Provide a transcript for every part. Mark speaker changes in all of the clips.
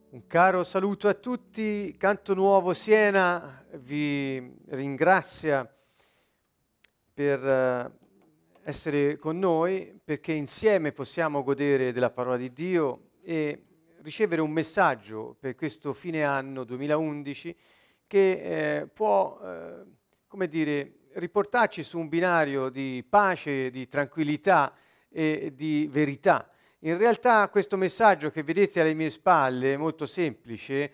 Speaker 1: Un caro saluto a tutti, Canto Nuovo Siena vi ringrazia per essere con noi, perché insieme possiamo godere della parola di Dio e ricevere un messaggio per questo fine anno 2011 che può, come dire, riportarci su un binario di pace, di tranquillità e di verità. In realtà questo messaggio che vedete alle mie spalle, molto semplice,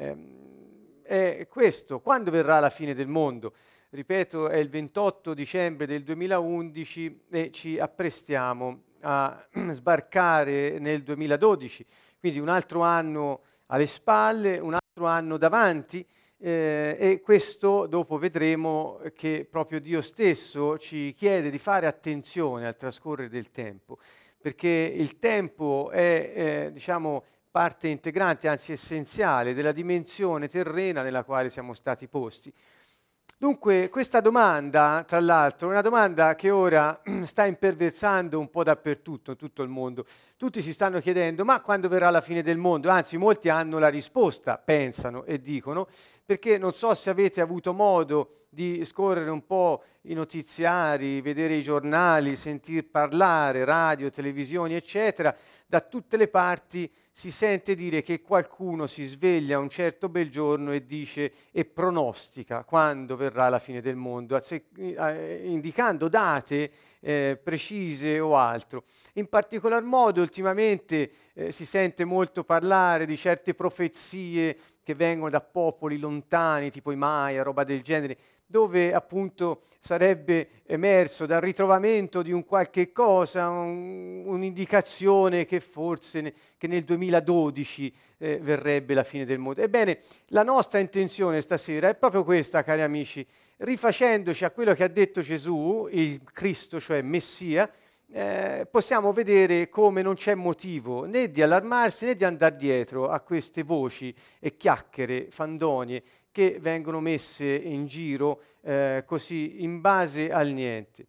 Speaker 1: è questo: quando verrà la fine del mondo? Ripeto, è il 28 dicembre del 2011 e ci apprestiamo a sbarcare nel 2012, quindi un altro anno alle spalle, un altro anno davanti, e questo dopo vedremo che proprio Dio stesso ci chiede di fare attenzione al trascorrere del tempo, perché il tempo è, diciamo, parte integrante, anzi essenziale, della dimensione terrena nella quale siamo stati posti. Dunque, questa domanda, tra l'altro, è una domanda che ora sta imperversando un po' dappertutto, in tutto il mondo. Tutti si stanno chiedendo: ma quando verrà la fine del mondo? Anzi, molti hanno la risposta, pensano e dicono, perché non so se avete avuto modo di scorrere un po' i notiziari, vedere i giornali, sentir parlare, radio, televisioni, eccetera. Da tutte le parti si sente dire che qualcuno si sveglia un certo bel giorno e dice e pronostica quando verrà la fine del mondo, indicando date precise o altro. In particolar modo ultimamente si sente molto parlare di certe profezie che vengono da popoli lontani, tipo i Maya, roba del genere, dove appunto sarebbe emerso dal ritrovamento di un qualche cosa, un'indicazione che forse che nel 2012 verrebbe la fine del mondo. Ebbene, la nostra intenzione stasera è proprio questa, cari amici: rifacendoci a quello che ha detto Gesù, il Cristo, cioè Messia, possiamo vedere come non c'è motivo né di allarmarsi né di andare dietro a queste voci e chiacchiere fandonie che vengono messe in giro così in base al niente.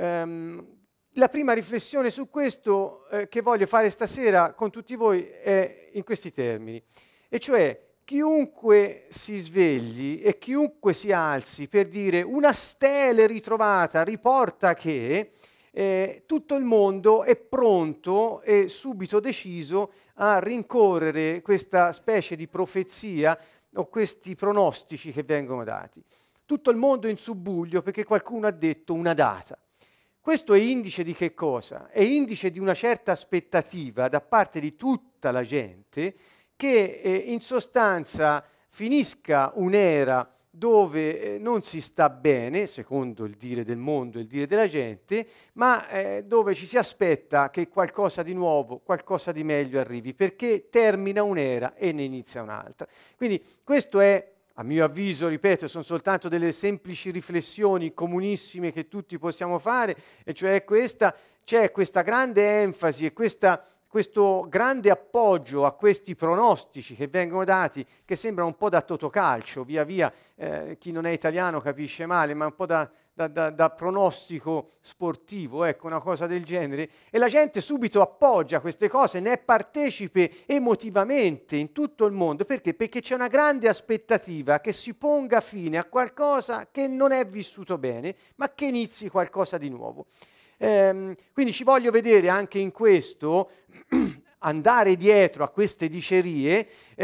Speaker 1: La prima riflessione su questo che voglio fare stasera con tutti voi è in questi termini, e cioè: chiunque si svegli e chiunque si alzi per dire una stele ritrovata riporta che tutto il mondo è pronto e subito deciso a rincorrere questa specie di profezia o questi pronostici che vengono dati. Tutto il mondo in subbuglio perché qualcuno ha detto una data. Questo è indice di che cosa? È indice di una certa aspettativa da parte di tutta la gente che in sostanza finisca un'era dove non si sta bene, secondo il dire del mondo e il dire della gente, ma dove ci si aspetta che qualcosa di nuovo, qualcosa di meglio arrivi, perché termina un'era e ne inizia un'altra. Quindi questo è, a mio avviso, ripeto, sono soltanto delle semplici riflessioni comunissime che tutti possiamo fare, e cioè c'è questa grande enfasi e questo grande appoggio a questi pronostici che vengono dati, che sembrano un po' da totocalcio, via via, chi non è italiano capisce male, ma un po' da pronostico sportivo, ecco, una cosa del genere, e la gente subito appoggia queste cose, ne è partecipe emotivamente in tutto il mondo. Perché? Perché c'è una grande aspettativa che si ponga fine a qualcosa che non è vissuto bene, ma che inizi qualcosa di nuovo. Quindi ci voglio vedere anche in questo, andare dietro a queste dicerie,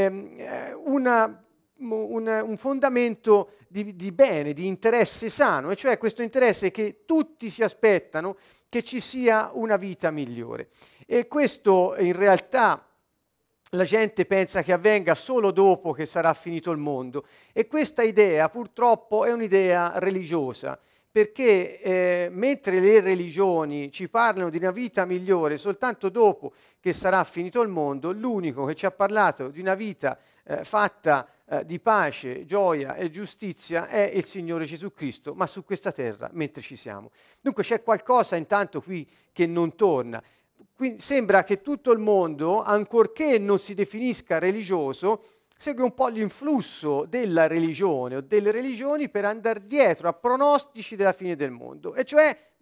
Speaker 1: un fondamento di bene, di interesse sano, e cioè questo interesse che tutti si aspettano che ci sia una vita migliore. E questo in realtà la gente pensa che avvenga solo dopo che sarà finito il mondo, e questa idea purtroppo è un'idea religiosa. Perché mentre le religioni ci parlano di una vita migliore soltanto dopo che sarà finito il mondo, l'unico che ci ha parlato di una vita fatta di pace, gioia e giustizia è il Signore Gesù Cristo, ma su questa terra mentre ci siamo. Dunque c'è qualcosa intanto qui che non torna. Quindi sembra che tutto il mondo, ancorché non si definisca religioso, segue un po' l'influsso della religione o delle religioni per andare dietro a pronostici della fine del mondo, e cioè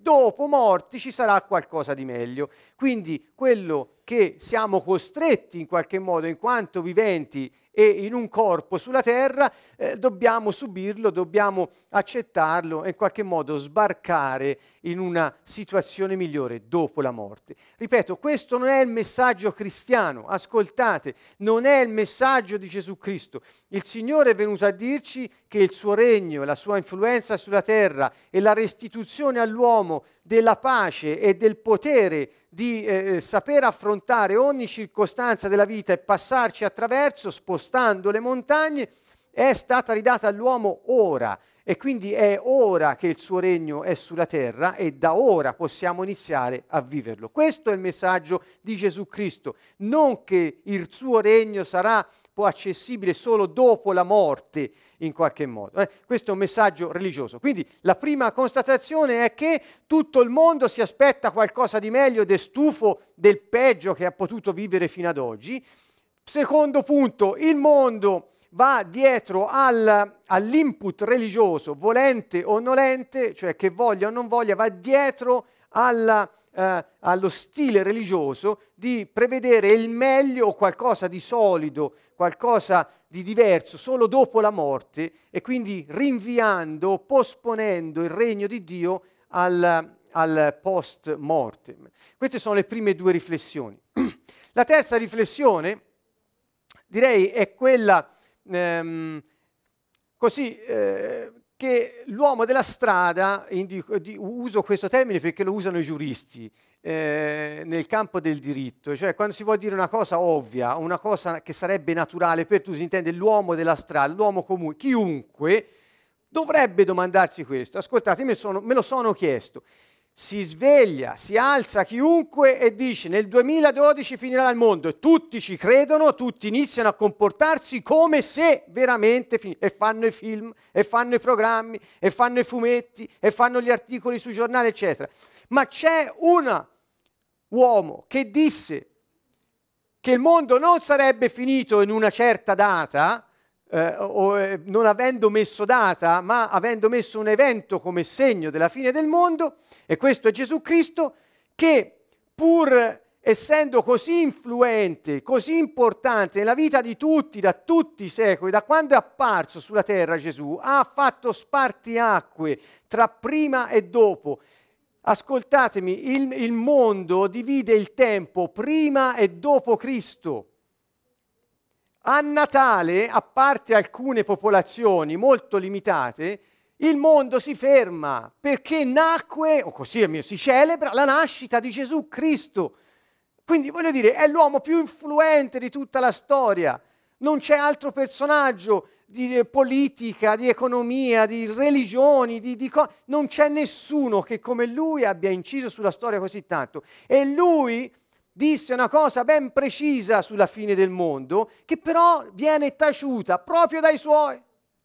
Speaker 1: dopo morti ci sarà qualcosa di meglio. Quindi quello che siamo costretti in qualche modo, in quanto viventi e in un corpo sulla terra, dobbiamo subirlo, dobbiamo accettarlo e in qualche modo sbarcare in una situazione migliore dopo la morte. Ripeto, questo non è il messaggio cristiano, ascoltate, non è il messaggio di Gesù Cristo. Il Signore è venuto a dirci che il suo regno, la sua influenza sulla terra e la restituzione all'uomo della pace e del potere di saper affrontare ogni circostanza della vita e passarci attraverso, spostando le montagne, è stata ridata all'uomo ora. E quindi è ora che il suo regno è sulla terra e da ora possiamo iniziare a viverlo. Questo è il messaggio di Gesù Cristo, non che il suo regno sarà poi accessibile solo dopo la morte in qualche modo. Questo è un messaggio religioso. Quindi la prima constatazione è che tutto il mondo si aspetta qualcosa di meglio ed è stufo del peggio che ha potuto vivere fino ad oggi. Secondo punto, il mondo va dietro all'input religioso, volente o nolente, cioè che voglia o non voglia, va dietro allo stile religioso di prevedere il meglio o qualcosa di solido, qualcosa di diverso solo dopo la morte e quindi rinviando, posponendo il regno di Dio al post mortem. Queste sono le prime due riflessioni. La terza riflessione, direi, è quella che l'uomo della strada, uso questo termine perché lo usano i giuristi nel campo del diritto, cioè quando si vuol dire una cosa ovvia, una cosa che sarebbe naturale per tutti, si intende l'uomo della strada, l'uomo comune, chiunque dovrebbe domandarsi questo. Ascoltate, me lo sono chiesto. Si sveglia, si alza chiunque e dice nel 2012 finirà il mondo e tutti ci credono, tutti iniziano a comportarsi come se veramente finisse e fanno i film, e fanno i programmi, e fanno i fumetti, e fanno gli articoli sui giornali, eccetera. Ma c'è un uomo che disse che il mondo non sarebbe finito in una certa data, non avendo messo data, ma avendo messo un evento come segno della fine del mondo, e questo è Gesù Cristo, che pur essendo così influente, così importante nella vita di tutti, da tutti i secoli, da quando è apparso sulla terra Gesù, ha fatto spartiacque tra prima e dopo. Ascoltatemi, il mondo divide il tempo prima e dopo Cristo. A Natale, a parte alcune popolazioni molto limitate, il mondo si ferma perché nacque, o così si celebra, la nascita di Gesù Cristo. Quindi voglio dire, è l'uomo più influente di tutta la storia. Non c'è altro personaggio di politica, di economia, di religioni, non c'è nessuno che come lui abbia inciso sulla storia così tanto. E lui disse una cosa ben precisa sulla fine del mondo, che però viene taciuta proprio dai suoi.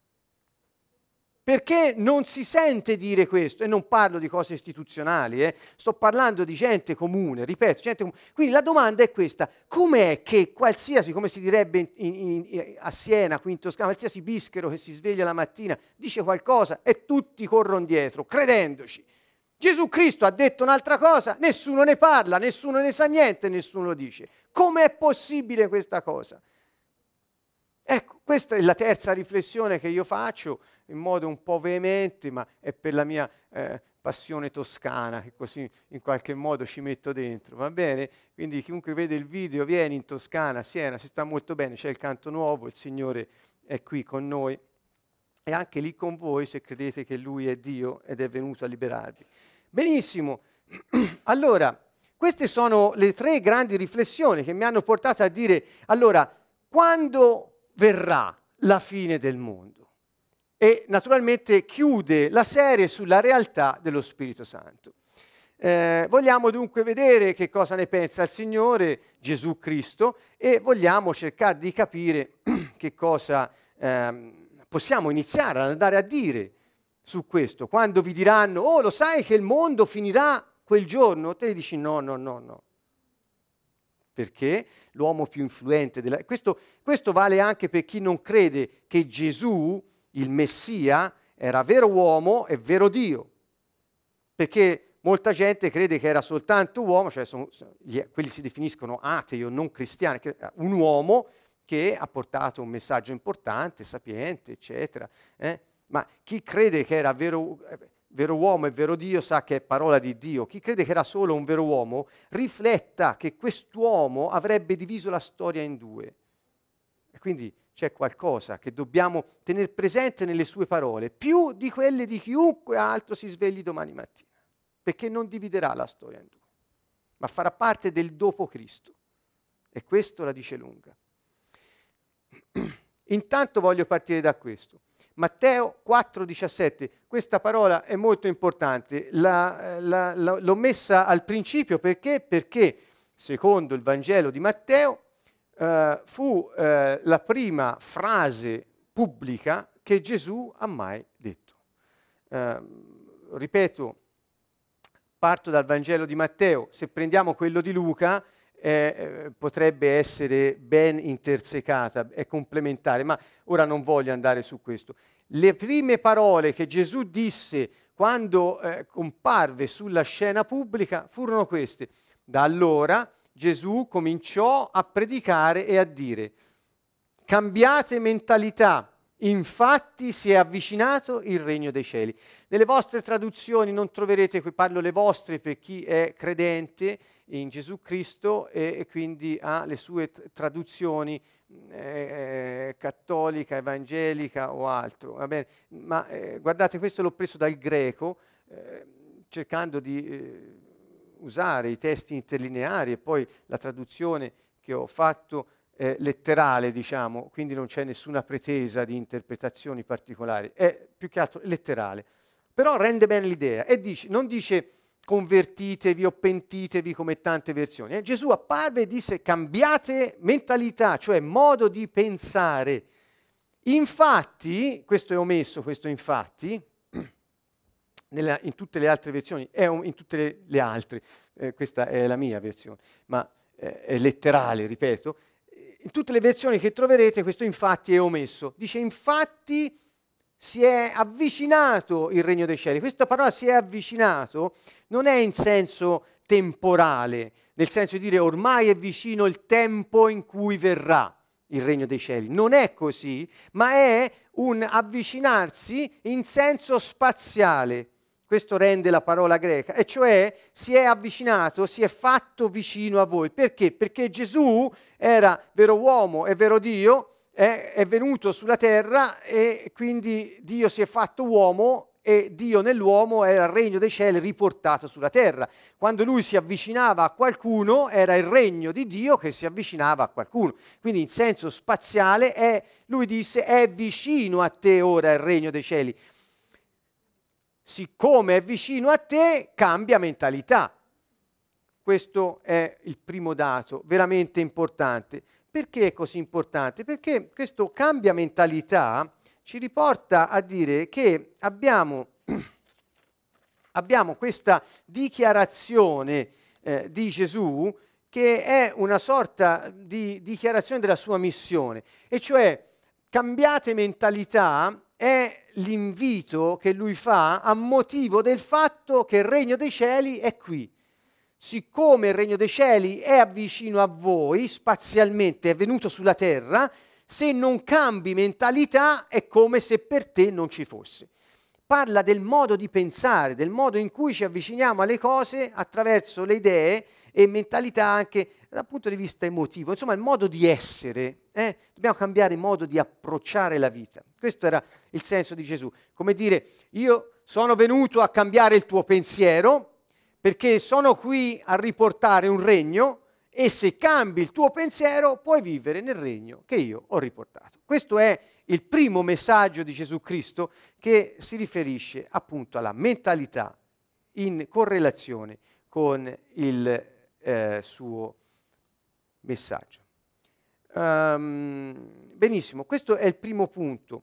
Speaker 1: Perché non si sente dire questo, e non parlo di cose istituzionali, sto parlando di gente comune, ripeto, gente comune. Quindi la domanda è questa: com'è che qualsiasi, come si direbbe a Siena, qui in Toscana, qualsiasi bischero che si sveglia la mattina dice qualcosa e tutti corrono dietro, credendoci? Gesù Cristo ha detto un'altra cosa, nessuno ne parla, nessuno ne sa niente, nessuno lo dice. Com'è possibile questa cosa? Ecco, questa è la terza riflessione che io faccio in modo un po' veemente, ma è per la mia passione toscana, che così in qualche modo ci metto dentro, va bene? Quindi chiunque vede il video vieni in Toscana, a Siena, si sta molto bene, c'è il canto nuovo, il Signore è qui con noi. E anche lì con voi se credete che Lui è Dio ed è venuto a liberarvi. Benissimo, allora, queste sono le tre grandi riflessioni che mi hanno portato a dire, allora, quando verrà la fine del mondo? E naturalmente chiude la serie sulla realtà dello Spirito Santo. Vogliamo dunque vedere che cosa ne pensa il Signore Gesù Cristo e vogliamo cercare di capire che cosa possiamo iniziare ad andare a dire su questo. Quando vi diranno, oh, lo sai che il mondo finirà quel giorno? Te dici no. Perché l'uomo più influente questo vale anche per chi non crede che Gesù, il Messia, era vero uomo e vero Dio. Perché molta gente crede che era soltanto uomo, cioè quelli si definiscono atei o non cristiani, un uomo che ha portato un messaggio importante, sapiente, eccetera. Ma chi crede che era vero uomo e vero Dio sa che è parola di Dio. Chi crede che era solo un vero uomo, rifletta che quest'uomo avrebbe diviso la storia in due. E quindi c'è qualcosa che dobbiamo tenere presente nelle sue parole, più di quelle di chiunque altro si svegli domani mattina, perché non dividerà la storia in due, ma farà parte del dopo Cristo. E questo la dice lunga. Intanto voglio partire da questo. Matteo 4,17, questa parola è molto importante, l'ho messa al principio perché secondo il Vangelo di Matteo fu la prima frase pubblica che Gesù ha mai detto. Ripeto, parto dal Vangelo di Matteo, se prendiamo quello di Luca potrebbe essere ben intersecata, è complementare, ma ora non voglio andare su questo. Le prime parole che Gesù disse quando comparve sulla scena pubblica furono queste. Da allora Gesù cominciò a predicare e a dire: cambiate mentalità, infatti si è avvicinato il regno dei cieli. Nelle vostre traduzioni non troverete, qui parlo le vostre per chi è credente in Gesù Cristo e quindi ha le sue traduzioni cattolica, evangelica o altro. Va bene? Ma guardate, questo l'ho preso dal greco, cercando di usare i testi interlineari e poi la traduzione che ho fatto letterale, diciamo, quindi non c'è nessuna pretesa di interpretazioni particolari, è più che altro letterale. Però rende bene l'idea e non dice convertitevi o pentitevi come tante versioni. Gesù apparve e disse cambiate mentalità, cioè modo di pensare. Infatti, questo è omesso, questo infatti, in tutte le altre versioni, in tutte le altre, questa è la mia versione, ma è letterale, ripeto, in tutte le versioni che troverete questo infatti è omesso. Dice infatti si è avvicinato il regno dei cieli. Questa parola si è avvicinato non è in senso temporale, nel senso di dire ormai è vicino il tempo in cui verrà il regno dei cieli. Non è così, ma è un avvicinarsi in senso spaziale. Questo rende la parola greca, e cioè si è avvicinato, si è fatto vicino a voi. Perché? Perché Gesù era vero uomo e vero Dio, è venuto sulla terra e quindi Dio si è fatto uomo e Dio nell'uomo era il regno dei cieli riportato sulla terra. Quando lui si avvicinava a qualcuno era il regno di Dio che si avvicinava a qualcuno. Quindi in senso spaziale lui disse è vicino a te ora il regno dei cieli. Siccome è vicino a te, cambia mentalità. Questo è il primo dato, veramente importante. Perché è così importante? Perché questo cambia mentalità ci riporta a dire che abbiamo questa dichiarazione di Gesù che è una sorta di dichiarazione della sua missione, e cioè cambiate mentalità è l'invito che lui fa a motivo del fatto che il regno dei cieli è qui. Siccome il regno dei cieli è vicino a voi, spazialmente è venuto sulla terra, se non cambi mentalità è come se per te non ci fosse. Parla del modo di pensare, del modo in cui ci avviciniamo alle cose attraverso le idee e mentalità anche dal punto di vista emotivo, insomma il modo di essere. Dobbiamo cambiare il modo di approcciare la vita. Questo era il senso di Gesù, come dire io sono venuto a cambiare il tuo pensiero perché sono qui a riportare un regno e se cambi il tuo pensiero puoi vivere nel regno che io ho riportato. Questo è il primo messaggio di Gesù Cristo che si riferisce appunto alla mentalità in correlazione con il suo messaggio. Benissimo, questo è il primo punto.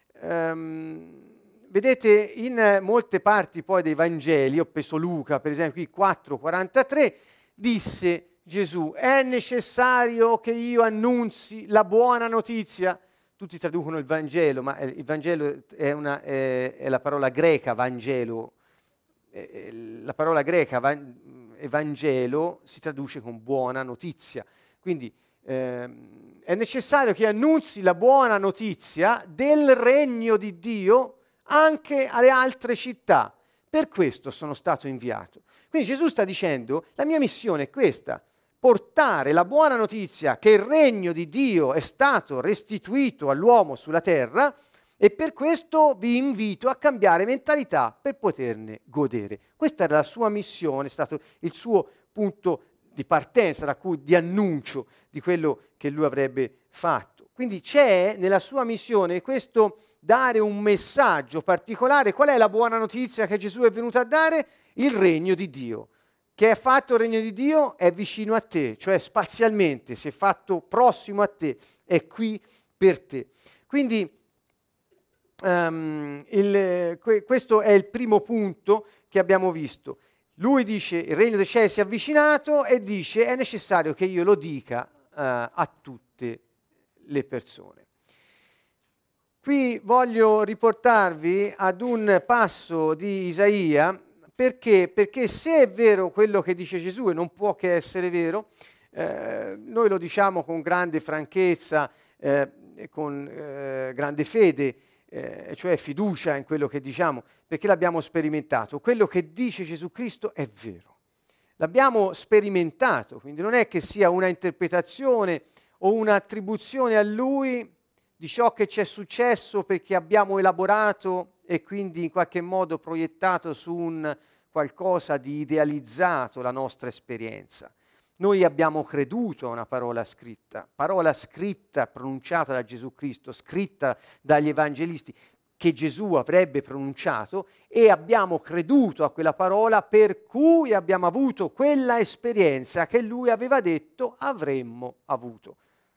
Speaker 1: Vedete in molte parti poi dei Vangeli, ho preso Luca per esempio qui 4,43, disse Gesù è necessario che io annunzi la buona notizia. Tutti traducono il Vangelo, ma il Vangelo è la parola greca Vangelo, la parola greca Evangelo si traduce con buona notizia. Quindi è necessario che annunzi la buona notizia del regno di Dio anche alle altre città. Per questo sono stato inviato. Quindi Gesù sta dicendo, la mia missione è questa, portare la buona notizia che il regno di Dio è stato restituito all'uomo sulla terra, e per questo vi invito a cambiare mentalità per poterne godere. Questa era la sua missione, è stato il suo punto di partenza, di annuncio di quello che lui avrebbe fatto. Quindi c'è nella sua missione questo dare un messaggio particolare. Qual è la buona notizia che Gesù è venuto a dare? Il regno di Dio. Che è fatto il regno di Dio? È vicino a te, cioè spazialmente, si è fatto prossimo a te, è qui per te. Quindi questo è il primo punto che abbiamo visto. Lui dice il regno dei cieli si è avvicinato e dice è necessario che io lo dica a tutte le persone. Qui voglio riportarvi ad un passo di Isaia perché se è vero quello che dice Gesù, e non può che essere vero, noi lo diciamo con grande franchezza e con grande fede, cioè fiducia in quello che diciamo, perché l'abbiamo sperimentato. Quello che dice Gesù Cristo è vero. L'abbiamo sperimentato, quindi non è che sia una interpretazione o un'attribuzione a Lui di ciò che ci è successo perché abbiamo elaborato e quindi in qualche modo proiettato su un qualcosa di idealizzato la nostra esperienza. Noi abbiamo creduto a una parola scritta pronunciata da Gesù Cristo, scritta dagli evangelisti, che Gesù avrebbe pronunciato, e abbiamo creduto a quella parola per cui abbiamo avuto quella esperienza che Lui aveva detto avremmo avuto.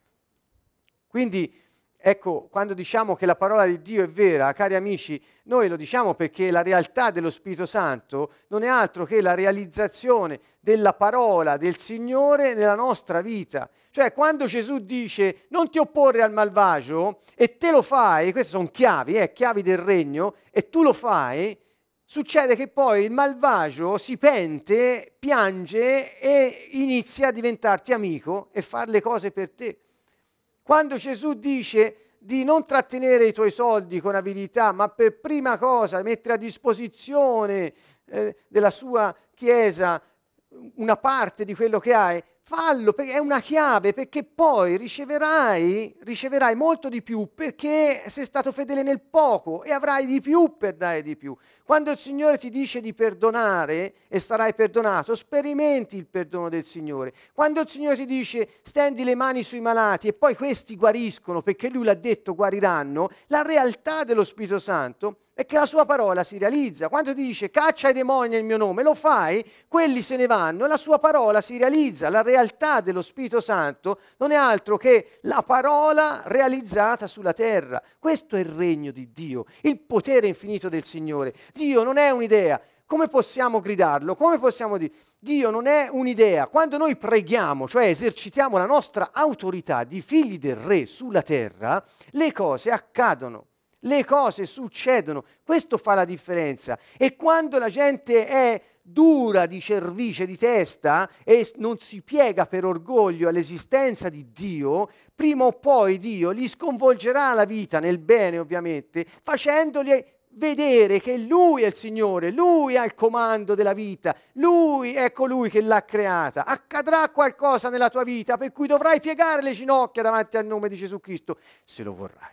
Speaker 1: Quindi, ecco, quando diciamo che la parola di Dio è vera, cari amici, noi lo diciamo perché la realtà dello Spirito Santo non è altro che la realizzazione della parola del Signore nella nostra vita. Cioè, quando Gesù dice non ti opporre al malvagio e te lo fai, queste sono chiavi del regno, e tu lo fai, succede che poi il malvagio si pente, piange e inizia a diventarti amico e fare le cose per te. Quando Gesù dice di non trattenere i tuoi soldi con avidità, ma per prima cosa mettere a disposizione della sua Chiesa una parte di quello che hai, fallo, perché è una chiave, perché poi riceverai molto di più, perché sei stato fedele nel poco e avrai di più per dare di più. Quando il Signore ti dice di perdonare e sarai perdonato, sperimenti il perdono del Signore. Quando il Signore ti dice stendi le mani sui malati e poi questi guariscono perché Lui l'ha detto guariranno, la realtà dello Spirito Santo è che la sua parola si realizza. Quando ti dice caccia i demoni nel mio nome, lo fai, quelli se ne vanno, la sua parola si realizza. La realtà dello Spirito Santo non è altro che la parola realizzata sulla terra. Questo è il regno di Dio, il potere infinito del Signore. Dio non è un'idea. Come possiamo gridarlo? Come possiamo dire? Dio non è un'idea. Quando noi preghiamo, cioè esercitiamo la nostra autorità di figli del Re sulla terra, le cose accadono. Le cose succedono, questo fa la differenza. E quando la gente è dura di cervice, di testa, e non si piega per orgoglio all'esistenza di Dio, prima o poi Dio gli sconvolgerà la vita, nel bene ovviamente, facendogli vedere che Lui è il Signore, Lui ha il comando della vita, Lui è colui che l'ha creata. Accadrà qualcosa nella tua vita per cui dovrai piegare le ginocchia davanti al nome di Gesù Cristo, se lo vorrai.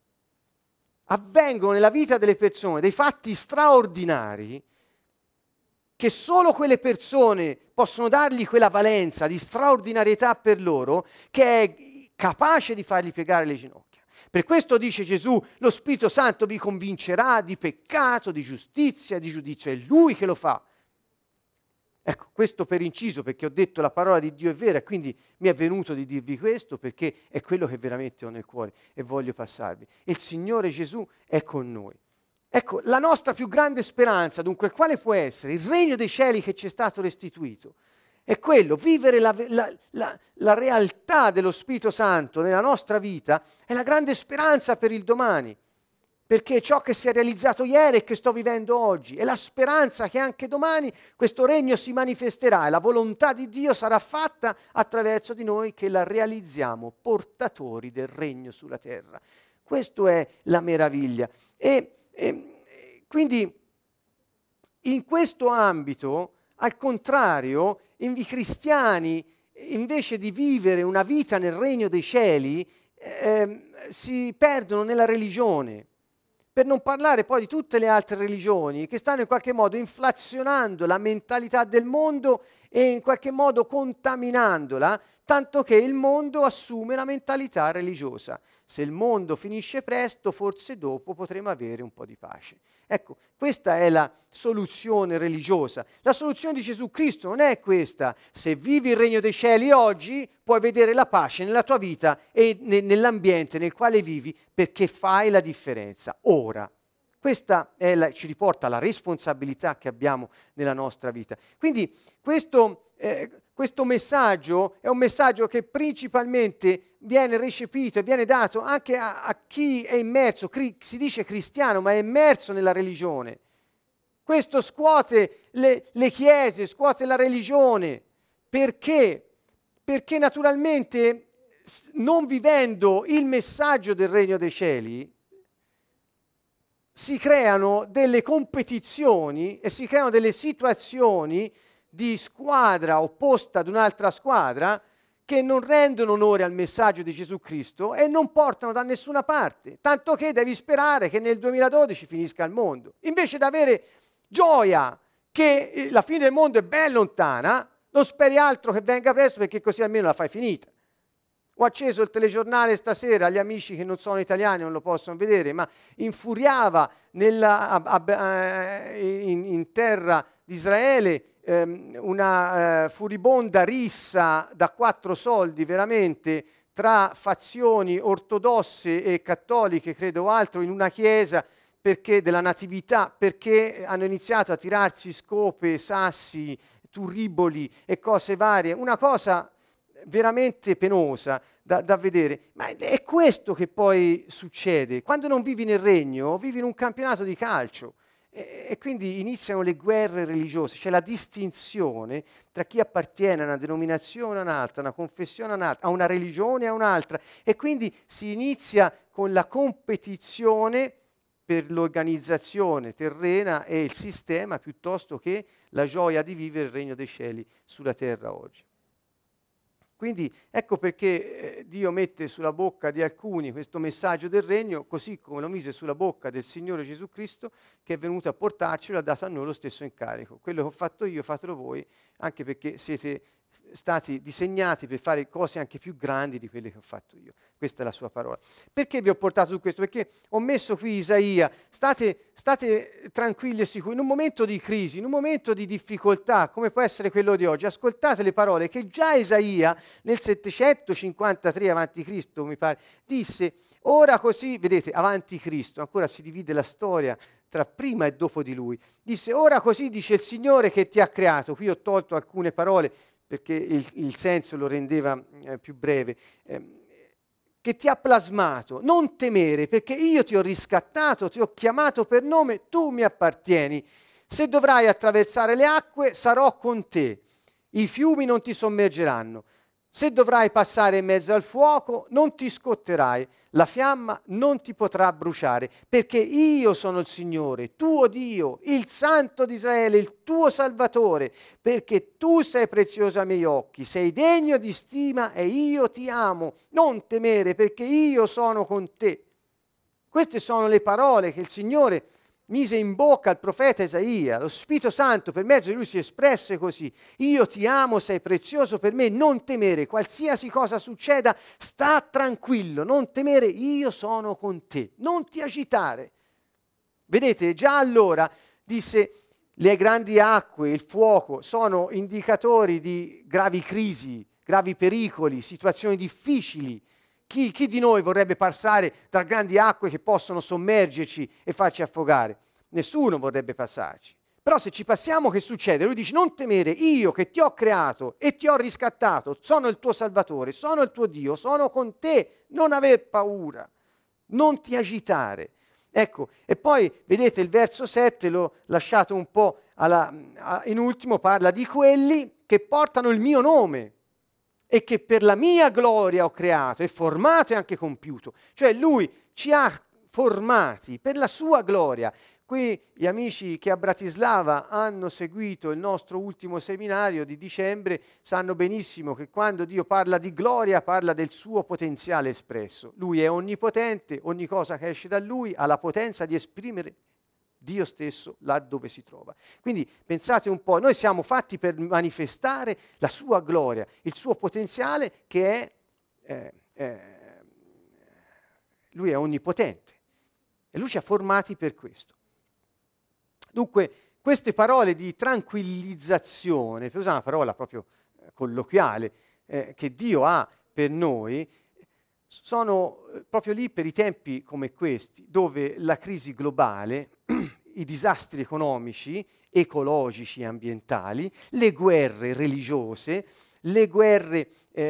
Speaker 1: Avvengono nella vita delle persone dei fatti straordinari che solo quelle persone possono dargli quella valenza di straordinarietà per loro che è capace di fargli piegare le ginocchia. Per questo dice Gesù, lo Spirito Santo vi convincerà di peccato, di giustizia, di giudizio. È Lui che lo fa. Ecco, questo per inciso, perché ho detto la parola di Dio è vera e quindi mi è venuto di dirvi questo perché è quello che veramente ho nel cuore e voglio passarvi. Il Signore Gesù è con noi. Ecco, la nostra più grande speranza, dunque, quale può essere? Il regno dei cieli che ci è stato restituito. È quello, vivere la realtà dello Spirito Santo nella nostra vita è la grande speranza per il domani. perché è ciò che si è realizzato ieri e che sto vivendo oggi, è la speranza che anche domani questo regno si manifesterà e la volontà di Dio sarà fatta attraverso di noi che la realizziamo, portatori del regno sulla terra. Questa è la meraviglia. E quindi in questo ambito, al contrario, i cristiani, invece di vivere una vita nel regno dei cieli, si perdono nella religione. Per non parlare poi di tutte le altre religioni che stanno in qualche modo inflazionando la mentalità del mondo e in qualche modo contaminandola, tanto che il mondo assume la mentalità religiosa. Se il mondo finisce presto, forse dopo potremo avere un po' di pace. Ecco, questa è la soluzione religiosa. La soluzione di Gesù Cristo non è questa. Se vivi il regno dei cieli oggi, puoi vedere la pace nella tua vita e nell'ambiente nel quale vivi, perché fai la differenza ora. Questa ci riporta alla responsabilità che abbiamo nella nostra vita. Quindi questo messaggio è un messaggio che principalmente viene recepito e viene dato anche a chi è immerso, si dice cristiano, ma è immerso nella religione. Questo scuote le chiese, scuote la religione. Perché? Perché naturalmente, non vivendo il messaggio del regno dei cieli, si creano delle competizioni e si creano delle situazioni di squadra opposta ad un'altra squadra che non rendono onore al messaggio di Gesù Cristo e non portano da nessuna parte, tanto che devi sperare che nel 2012 finisca il mondo. Invece di avere gioia che la fine del mondo è ben lontana, non speri altro che venga presto, perché così almeno la fai finita. Ho acceso il telegiornale stasera, gli amici che non sono italiani non lo possono vedere, ma infuriava in terra di Israele una furibonda rissa da 4 soldi veramente tra fazioni ortodosse e cattoliche, credo altro, in una chiesa perché della natività, perché hanno iniziato a tirarsi scope, sassi, turriboli e cose varie, una cosa veramente penosa da vedere. Ma è questo che poi succede. Quando non vivi nel regno, vivi in un campionato di calcio e quindi iniziano le guerre religiose. C'è la distinzione tra chi appartiene a una denominazione a un'altra, a una confessione a un'altra, a una religione a un'altra, e quindi si inizia con la competizione per l'organizzazione terrena e il sistema, piuttosto che la gioia di vivere il regno dei cieli sulla terra oggi. Quindi ecco perché Dio mette sulla bocca di alcuni questo messaggio del regno, così come lo mise sulla bocca del Signore Gesù Cristo, che è venuto a portarcelo e ha dato a noi lo stesso incarico. Quello che ho fatto io, fatelo voi, anche perché siete stati disegnati per fare cose anche più grandi di quelle che ho fatto io. Questa è la sua parola. Perché vi ho portato su questo? Perché ho messo qui Isaia. State tranquilli e sicuri. In un momento di crisi, in un momento di difficoltà, come può essere quello di oggi, ascoltate le parole che già Isaia nel 753 a.C., mi pare, disse: ora così, vedete, avanti Cristo, ancora si divide la storia tra prima e dopo di lui. Disse: ora così dice il Signore che ti ha creato. Qui ho tolto alcune parole perché il senso lo rendeva più breve. Che ti ha plasmato, non temere, perché io ti ho riscattato, ti ho chiamato per nome, tu mi appartieni. Se dovrai attraversare le acque, sarò con te. I fiumi non ti sommergeranno. Se dovrai passare in mezzo al fuoco, non ti scotterai, la fiamma non ti potrà bruciare, perché io sono il Signore, tuo Dio, il Santo di Israele, il tuo Salvatore, perché tu sei prezioso ai miei occhi, sei degno di stima e io ti amo. Non temere, perché io sono con te. Queste sono le parole che il Signore mise in bocca al profeta Isaia. Lo Spirito Santo per mezzo di lui si espresse così: io ti amo, sei prezioso per me, non temere, qualsiasi cosa succeda, sta tranquillo, non temere, io sono con te, non ti agitare. Vedete, già allora disse: le grandi acque, il fuoco sono indicatori di gravi crisi, gravi pericoli, situazioni difficili. Chi di noi vorrebbe passare tra grandi acque che possono sommergerci e farci affogare? Nessuno vorrebbe passarci. Però se ci passiamo, che succede? Lui dice: non temere, io che ti ho creato e ti ho riscattato, sono il tuo Salvatore, sono il tuo Dio, sono con te, non aver paura, non ti agitare. Ecco, e poi vedete il verso 7, l'ho lasciato un po' in ultimo, parla di quelli che portano il mio nome e che per la mia gloria ho creato e formato e anche compiuto. Cioè lui ci ha formati per la sua gloria. Qui gli amici che a Bratislava hanno seguito il nostro ultimo seminario di dicembre sanno benissimo che quando Dio parla di gloria parla del suo potenziale espresso. Lui è onnipotente, ogni cosa che esce da lui ha la potenza di esprimere Dio stesso là dove si trova. Quindi pensate un po', noi siamo fatti per manifestare la sua gloria, il suo potenziale che lui è onnipotente e lui ci ha formati per questo. Dunque, queste parole di tranquillizzazione, per usare una parola proprio colloquiale, che Dio ha per noi, sono proprio lì per i tempi come questi, dove la crisi globale, i disastri economici, ecologici e ambientali, le guerre religiose, le guerre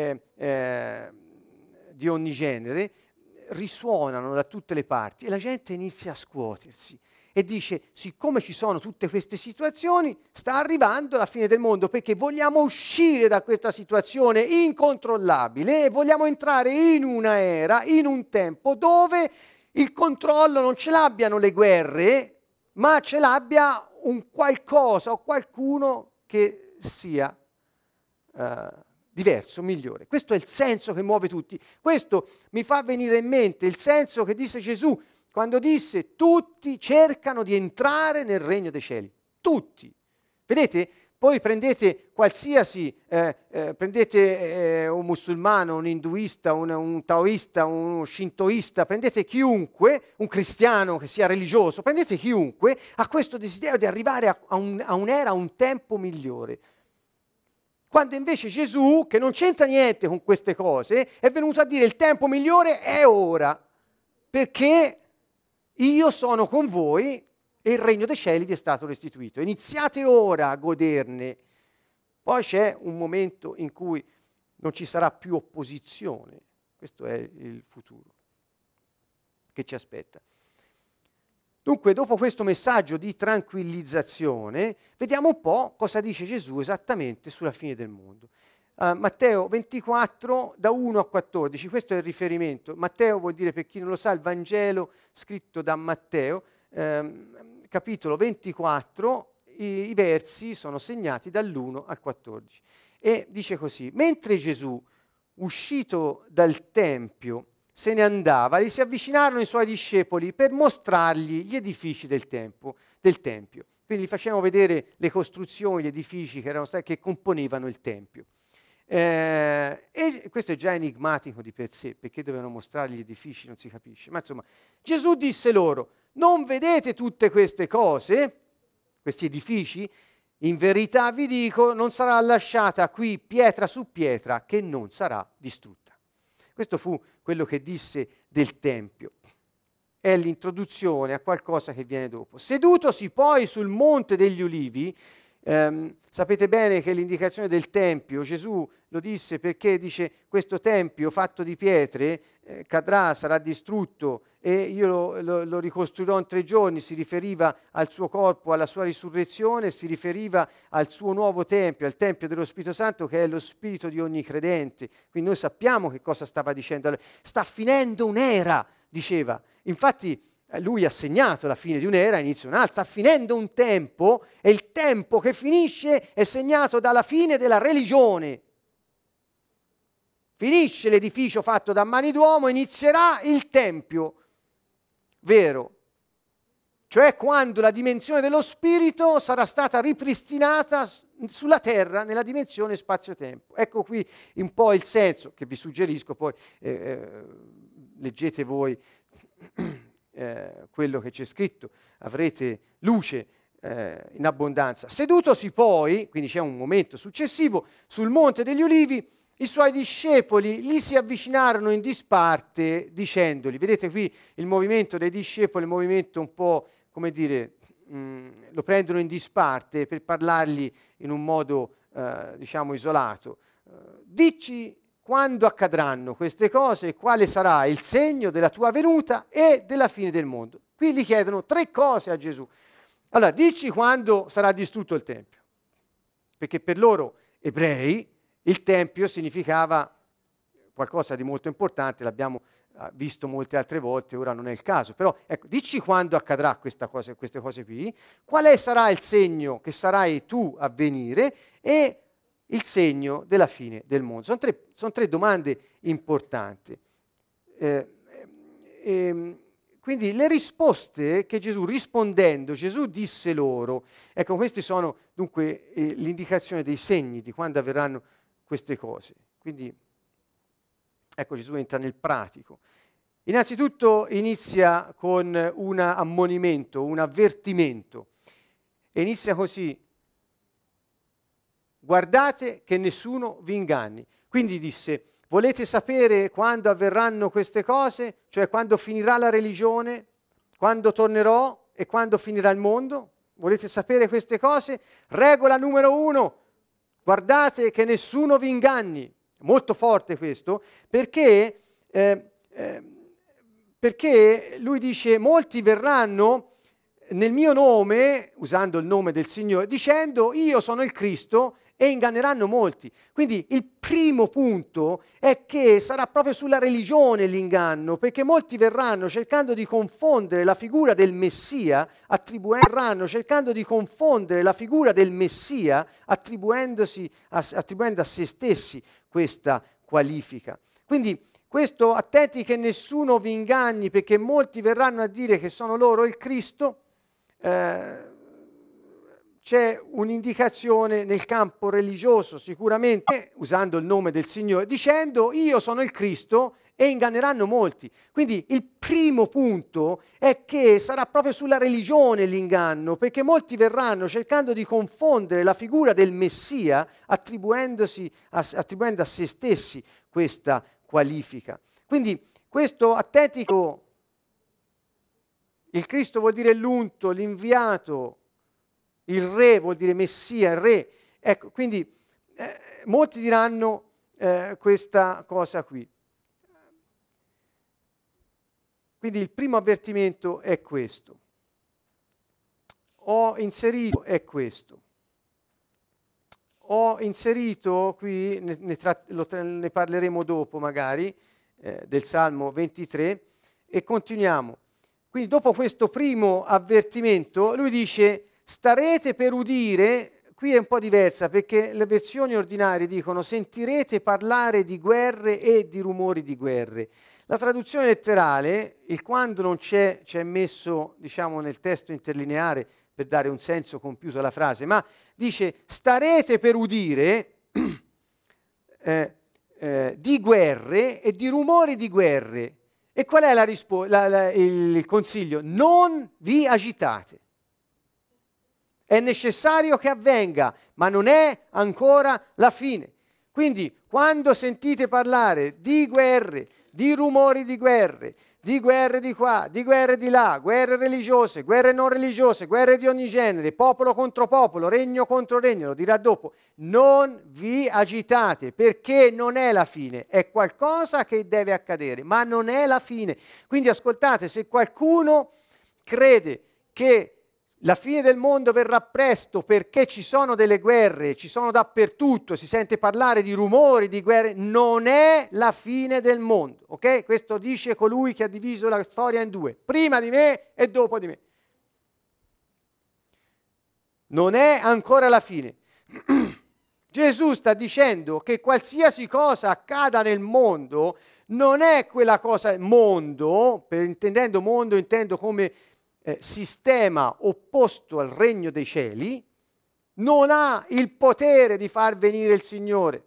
Speaker 1: di ogni genere, risuonano da tutte le parti e la gente inizia a scuotersi. E dice, siccome ci sono tutte queste situazioni, sta arrivando la fine del mondo, perché vogliamo uscire da questa situazione incontrollabile e vogliamo entrare in una era, in un tempo dove il controllo non ce l'abbiano le guerre, ma ce l'abbia un qualcosa o qualcuno che sia diverso, migliore. Questo è il senso che muove tutti. Questo mi fa venire in mente il senso che disse Gesù quando disse tutti cercano di entrare nel regno dei cieli. Tutti. Vedete? Poi prendete qualsiasi, prendete un musulmano, un induista, un taoista, un shintoista, prendete chiunque, un cristiano che sia religioso, prendete chiunque, ha questo desiderio di arrivare a un'era, a un tempo migliore. Quando invece Gesù, che non c'entra niente con queste cose, è venuto a dire il tempo migliore è ora, perché io sono con voi e il regno dei cieli vi è stato restituito. Iniziate ora a goderne. Poi c'è un momento in cui non ci sarà più opposizione. Questo è il futuro che ci aspetta. Dunque, dopo questo messaggio di tranquillizzazione, vediamo un po' cosa dice Gesù esattamente sulla fine del mondo. Matteo 24, da 1 a 14, questo è il riferimento. Matteo vuol dire, per chi non lo sa, il Vangelo scritto da Matteo, capitolo 24, i versi sono segnati dall'1 al 14. E dice così, mentre Gesù, uscito dal Tempio, se ne andava, gli si avvicinarono i suoi discepoli per mostrargli gli edifici del Tempio. Quindi gli facevano vedere le costruzioni, gli edifici che componevano il Tempio. E questo è già enigmatico di per sé, perché dovevano mostrare gli edifici, non si capisce. Ma insomma, Gesù disse loro, non vedete tutte queste cose, questi edifici? In verità vi dico, non sarà lasciata qui pietra su pietra che non sarà distrutta. Questo fu quello che disse del Tempio. È l'introduzione a qualcosa che viene dopo. Sedutosi poi sul Monte degli Ulivi, sapete bene che l'indicazione del Tempio, Gesù lo disse perché dice questo Tempio fatto di pietre cadrà, sarà distrutto e io lo ricostruirò in 3 giorni, si riferiva al suo corpo, alla sua risurrezione, si riferiva al suo nuovo Tempio, al Tempio dello Spirito Santo che è lo spirito di ogni credente. Quindi noi sappiamo che cosa stava dicendo. Sta finendo un'era, diceva. Infatti lui ha segnato la fine di un'era, inizia un'altra, sta finendo un tempo e il tempo che finisce è segnato dalla fine della religione. Finisce l'edificio fatto da mani d'uomo, inizierà il Tempio vero, cioè quando la dimensione dello spirito sarà stata ripristinata sulla terra nella dimensione spazio-tempo. Ecco qui un po' il senso che vi suggerisco, poi leggete voi quello che c'è scritto, avrete luce in abbondanza. Sedutosi poi, quindi c'è un momento successivo, sul Monte degli Ulivi, i suoi discepoli gli si avvicinarono in disparte dicendogli, vedete qui il movimento dei discepoli, il movimento un po', come dire, lo prendono in disparte per parlargli in un modo, diciamo, isolato. Dici quando accadranno queste cose e quale sarà il segno della tua venuta e della fine del mondo. Qui gli chiedono 3 cose a Gesù. Allora, dici quando sarà distrutto il Tempio, perché per loro ebrei il Tempio significava qualcosa di molto importante, l'abbiamo visto molte altre volte, ora non è il caso, però ecco, dici quando accadrà queste cose qui, quale sarà il segno che sarai tu a venire e il segno della fine del mondo. Sono 3 domande importanti. Quindi le risposte che Gesù, rispondendo, Gesù disse loro, ecco, queste sono dunque l'indicazione dei segni di quando avverranno queste cose. Quindi, ecco, Gesù entra nel pratico. Innanzitutto inizia con un ammonimento, un avvertimento. E inizia così: guardate che nessuno vi inganni. Quindi disse: volete sapere quando avverranno queste cose? Cioè quando finirà la religione, quando tornerò e quando finirà il mondo? Volete sapere queste cose? Regola numero 1: guardate che nessuno vi inganni. Molto forte questo, perché lui dice: molti verranno nel mio nome, usando il nome del Signore, dicendo io sono il Cristo, e inganneranno molti. Quindi il primo punto è che sarà proprio sulla religione l'inganno, perché molti verranno cercando di confondere la figura del Messia, attribuendo attribuendo a se stessi questa qualifica. Quindi questo, attenti che nessuno vi inganni, perché molti verranno a dire che sono loro il Cristo. C'è un'indicazione nel campo religioso, sicuramente, usando il nome del Signore, dicendo io sono il Cristo, e inganneranno molti. Quindi il primo punto è che sarà proprio sulla religione l'inganno, perché molti verranno cercando di confondere la figura del Messia, attribuendo a se stessi questa qualifica. Quindi questo attetico, il Cristo vuol dire l'unto, l'inviato, il re vuol dire Messia, il re. Ecco, quindi molti diranno questa cosa qui. Quindi il primo avvertimento è questo. Ho inserito qui, ne parleremo dopo magari, del Salmo 23, e continuiamo. Quindi dopo questo primo avvertimento, lui dice: starete per udire. Qui è un po' diversa, perché le versioni ordinarie dicono sentirete parlare di guerre e di rumori di guerre. La traduzione letterale, il quando non c'è messo, diciamo, nel testo interlineare per dare un senso compiuto alla frase, ma dice starete per udire di guerre e di rumori di guerre. E qual è il consiglio? Non vi agitate. È necessario che avvenga, ma non è ancora la fine. Quindi, quando sentite parlare di guerre, di rumori di guerre di qua, di guerre di là, guerre religiose, guerre non religiose, guerre di ogni genere, popolo contro popolo, regno contro regno, lo dirà dopo, non vi agitate, perché non è la fine, è qualcosa che deve accadere, ma non è la fine. Quindi ascoltate, se qualcuno crede che la fine del mondo verrà presto perché ci sono delle guerre, ci sono dappertutto, si sente parlare di rumori, di guerre, non è la fine del mondo, ok? Questo dice colui che ha diviso la storia in 2, prima di me e dopo di me. Non è ancora la fine. Gesù sta dicendo che qualsiasi cosa accada nel mondo non è quella cosa mondo, intendendo mondo intendo come sistema opposto al regno dei cieli, non ha il potere di far venire il Signore.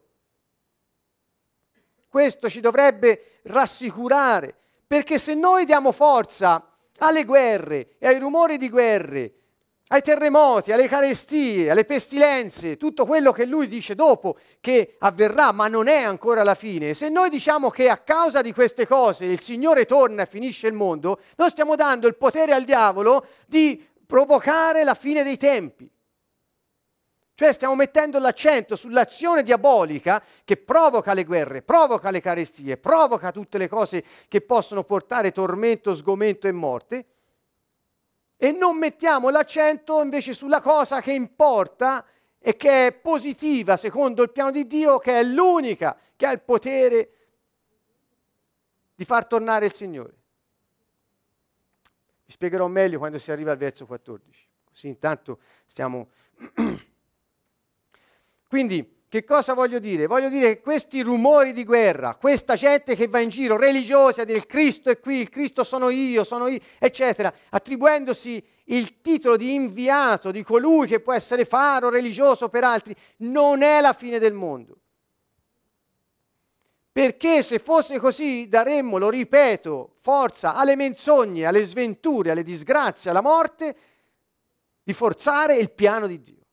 Speaker 1: Questo ci dovrebbe rassicurare, perché se noi diamo forza alle guerre e ai rumori di guerre, ai terremoti, alle carestie, alle pestilenze, tutto quello che lui dice dopo che avverrà, ma non è ancora la fine. Se noi diciamo che a causa di queste cose il Signore torna e finisce il mondo, noi stiamo dando il potere al diavolo di provocare la fine dei tempi. Cioè stiamo mettendo l'accento sull'azione diabolica che provoca le guerre, provoca le carestie, provoca tutte le cose che possono portare tormento, sgomento e morte, e non mettiamo l'accento invece sulla cosa che importa e che è positiva secondo il piano di Dio, che è l'unica che ha il potere di far tornare il Signore. Vi spiegherò meglio quando si arriva al verso 14. Così intanto stiamo... Quindi, che cosa voglio dire? Voglio dire che questi rumori di guerra, questa gente che va in giro religiosa a dire il Cristo è qui, il Cristo sono io, eccetera, attribuendosi il titolo di inviato, di colui che può essere faro religioso per altri, non è la fine del mondo. Perché se fosse così daremmo, lo ripeto, forza alle menzogne, alle sventure, alle disgrazie, alla morte, di forzare il piano di Dio.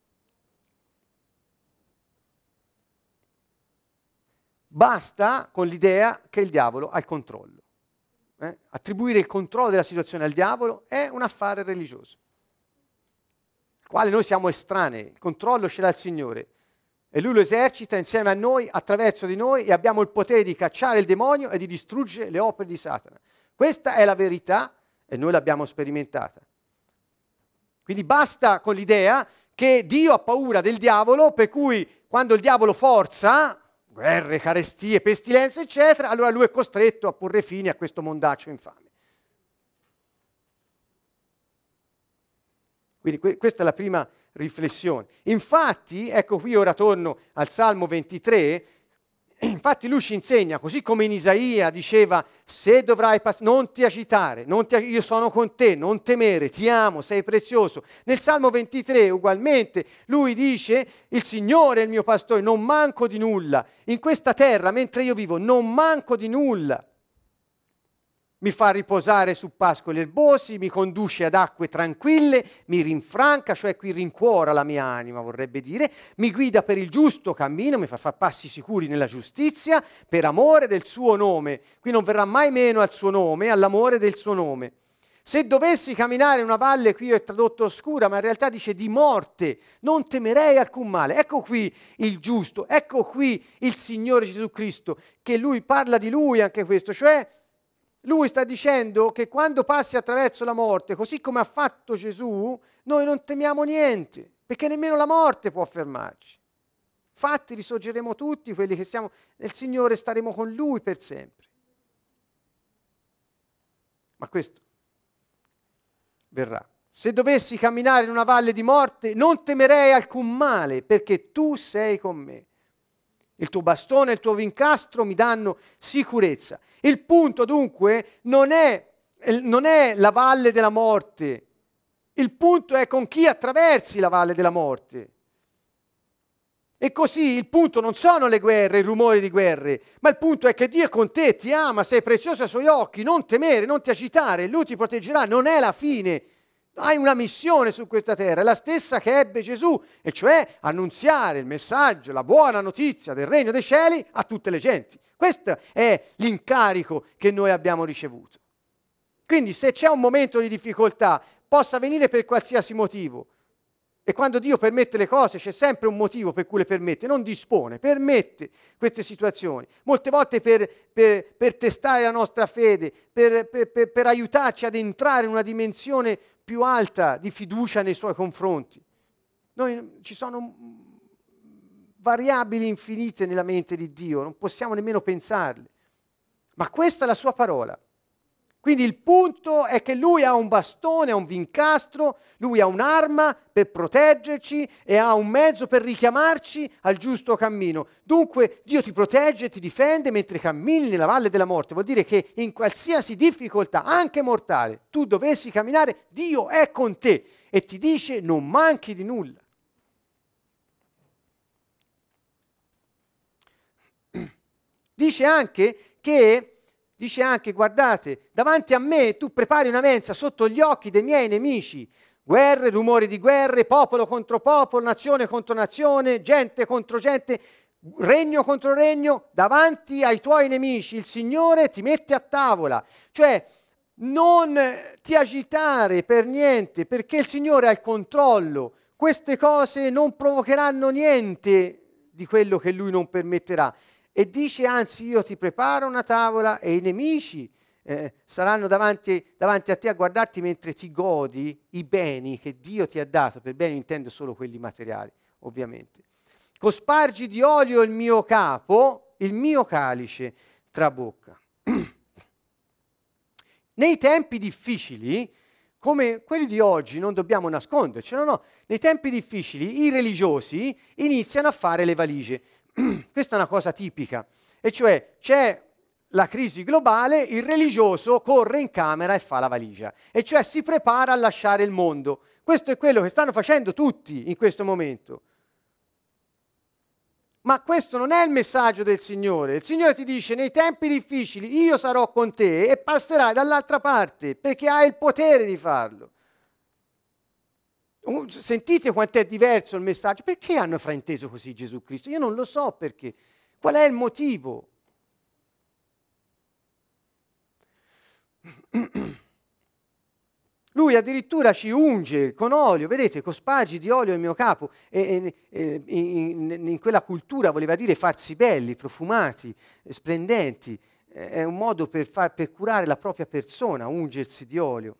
Speaker 1: Basta con l'idea che il diavolo ha il controllo. Attribuire il controllo della situazione al diavolo è un affare religioso, al quale noi siamo estranei. Il controllo ce l'ha il Signore e Lui lo esercita insieme a noi, attraverso di noi, e abbiamo il potere di cacciare il demonio e di distruggere le opere di Satana. Questa è la verità e noi l'abbiamo sperimentata. Quindi basta con l'idea che Dio ha paura del diavolo, per cui quando il diavolo forza... guerre, carestie, pestilenze, eccetera, allora lui è costretto a porre fine a questo mondaccio infame. Quindi questa è la prima riflessione. Infatti, ecco qui ora torno al Salmo 23, infatti lui ci insegna, così come in Isaia diceva, se dovrai non ti agitare, io sono con te, non temere, ti amo, sei prezioso. Nel Salmo 23 ugualmente lui dice, il Signore è il mio pastore, non manco di nulla. In questa terra, mentre io vivo, non manco di nulla. Mi fa riposare su pascoli erbosi, mi conduce ad acque tranquille, mi rinfranca, cioè qui rincuora la mia anima, vorrebbe dire, mi guida per il giusto cammino, mi fa fare passi sicuri nella giustizia, per amore del suo nome. Qui non verrà mai meno al suo nome, all'amore del suo nome. Se dovessi camminare in una valle, qui è tradotto oscura, ma in realtà dice di morte, non temerei alcun male. Ecco qui il giusto, ecco qui il Signore Gesù Cristo, che lui parla di lui anche questo, cioè lui sta dicendo che quando passi attraverso la morte, così come ha fatto Gesù, noi non temiamo niente, perché nemmeno la morte può fermarci. Infatti risorgeremo tutti, quelli che siamo nel Signore, staremo con Lui per sempre. Ma questo verrà. Se dovessi camminare in una valle di morte, non temerei alcun male, perché tu sei con me. Il tuo bastone e il tuo vincastro mi danno sicurezza. Il punto dunque non è la valle della morte, il punto è con chi attraversi la valle della morte. E così il punto non sono le guerre, i rumori di guerre, ma il punto è che Dio è con te, ti ama, sei prezioso ai suoi occhi, non temere, non ti agitare, Lui ti proteggerà, non è la fine. Hai una missione su questa terra, è la stessa che ebbe Gesù, e cioè annunziare il messaggio, la buona notizia del regno dei cieli a tutte le genti. Questo è l'incarico che noi abbiamo ricevuto. Quindi se c'è un momento di difficoltà, possa venire per qualsiasi motivo, e quando Dio permette le cose c'è sempre un motivo per cui le permette, non dispone, permette queste situazioni. Molte volte per testare la nostra fede, per aiutarci ad entrare in una dimensione più alta di fiducia nei Suoi confronti. Ci sono variabili infinite nella mente di Dio, non possiamo nemmeno pensarle. Ma questa è la Sua parola. Quindi il punto è che Lui ha un bastone, ha un vincastro, Lui ha un'arma per proteggerci e ha un mezzo per richiamarci al giusto cammino. Dunque Dio ti protegge, ti difende mentre cammini nella valle della morte. Vuol dire che in qualsiasi difficoltà, anche mortale, tu dovessi camminare, Dio è con te e ti dice non manchi di nulla. Dice anche, guardate, davanti a me tu prepari una mensa sotto gli occhi dei miei nemici. Guerre, rumori di guerre, popolo contro popolo, nazione contro nazione, gente contro gente, regno contro regno. Davanti ai tuoi nemici il Signore ti mette a tavola. Cioè, non ti agitare per niente, perché il Signore ha il controllo. queste cose non provocheranno niente di quello che lui non permetterà. E dice, anzi, io ti preparo una tavola e i nemici saranno davanti a te a guardarti mentre ti godi i beni che Dio ti ha dato. Per beni intendo solo quelli materiali, ovviamente. Cospargi di olio il mio capo, il mio calice trabocca. Nei tempi difficili, come quelli di oggi, non dobbiamo nascondercelo, no? Nei tempi difficili i religiosi iniziano a fare le valigie. Questa è una cosa tipica, e cioè c'è la crisi globale, il religioso corre in camera e fa la valigia, e cioè si prepara a lasciare il mondo. Questo è quello che stanno facendo tutti in questo momento. Ma questo non è il messaggio del Signore. Il Signore ti dice, nei tempi difficili io sarò con te e passerai dall'altra parte, perché hai il potere di farlo. Sentite quanto è diverso il messaggio. Perché hanno frainteso così Gesù Cristo? Io non lo so perché. Qual è il motivo? Lui addirittura ci unge con olio, vedete, cospargi di olio il mio capo, e in quella cultura voleva dire farsi belli, profumati, splendenti, è un modo per curare la propria persona, ungersi di olio.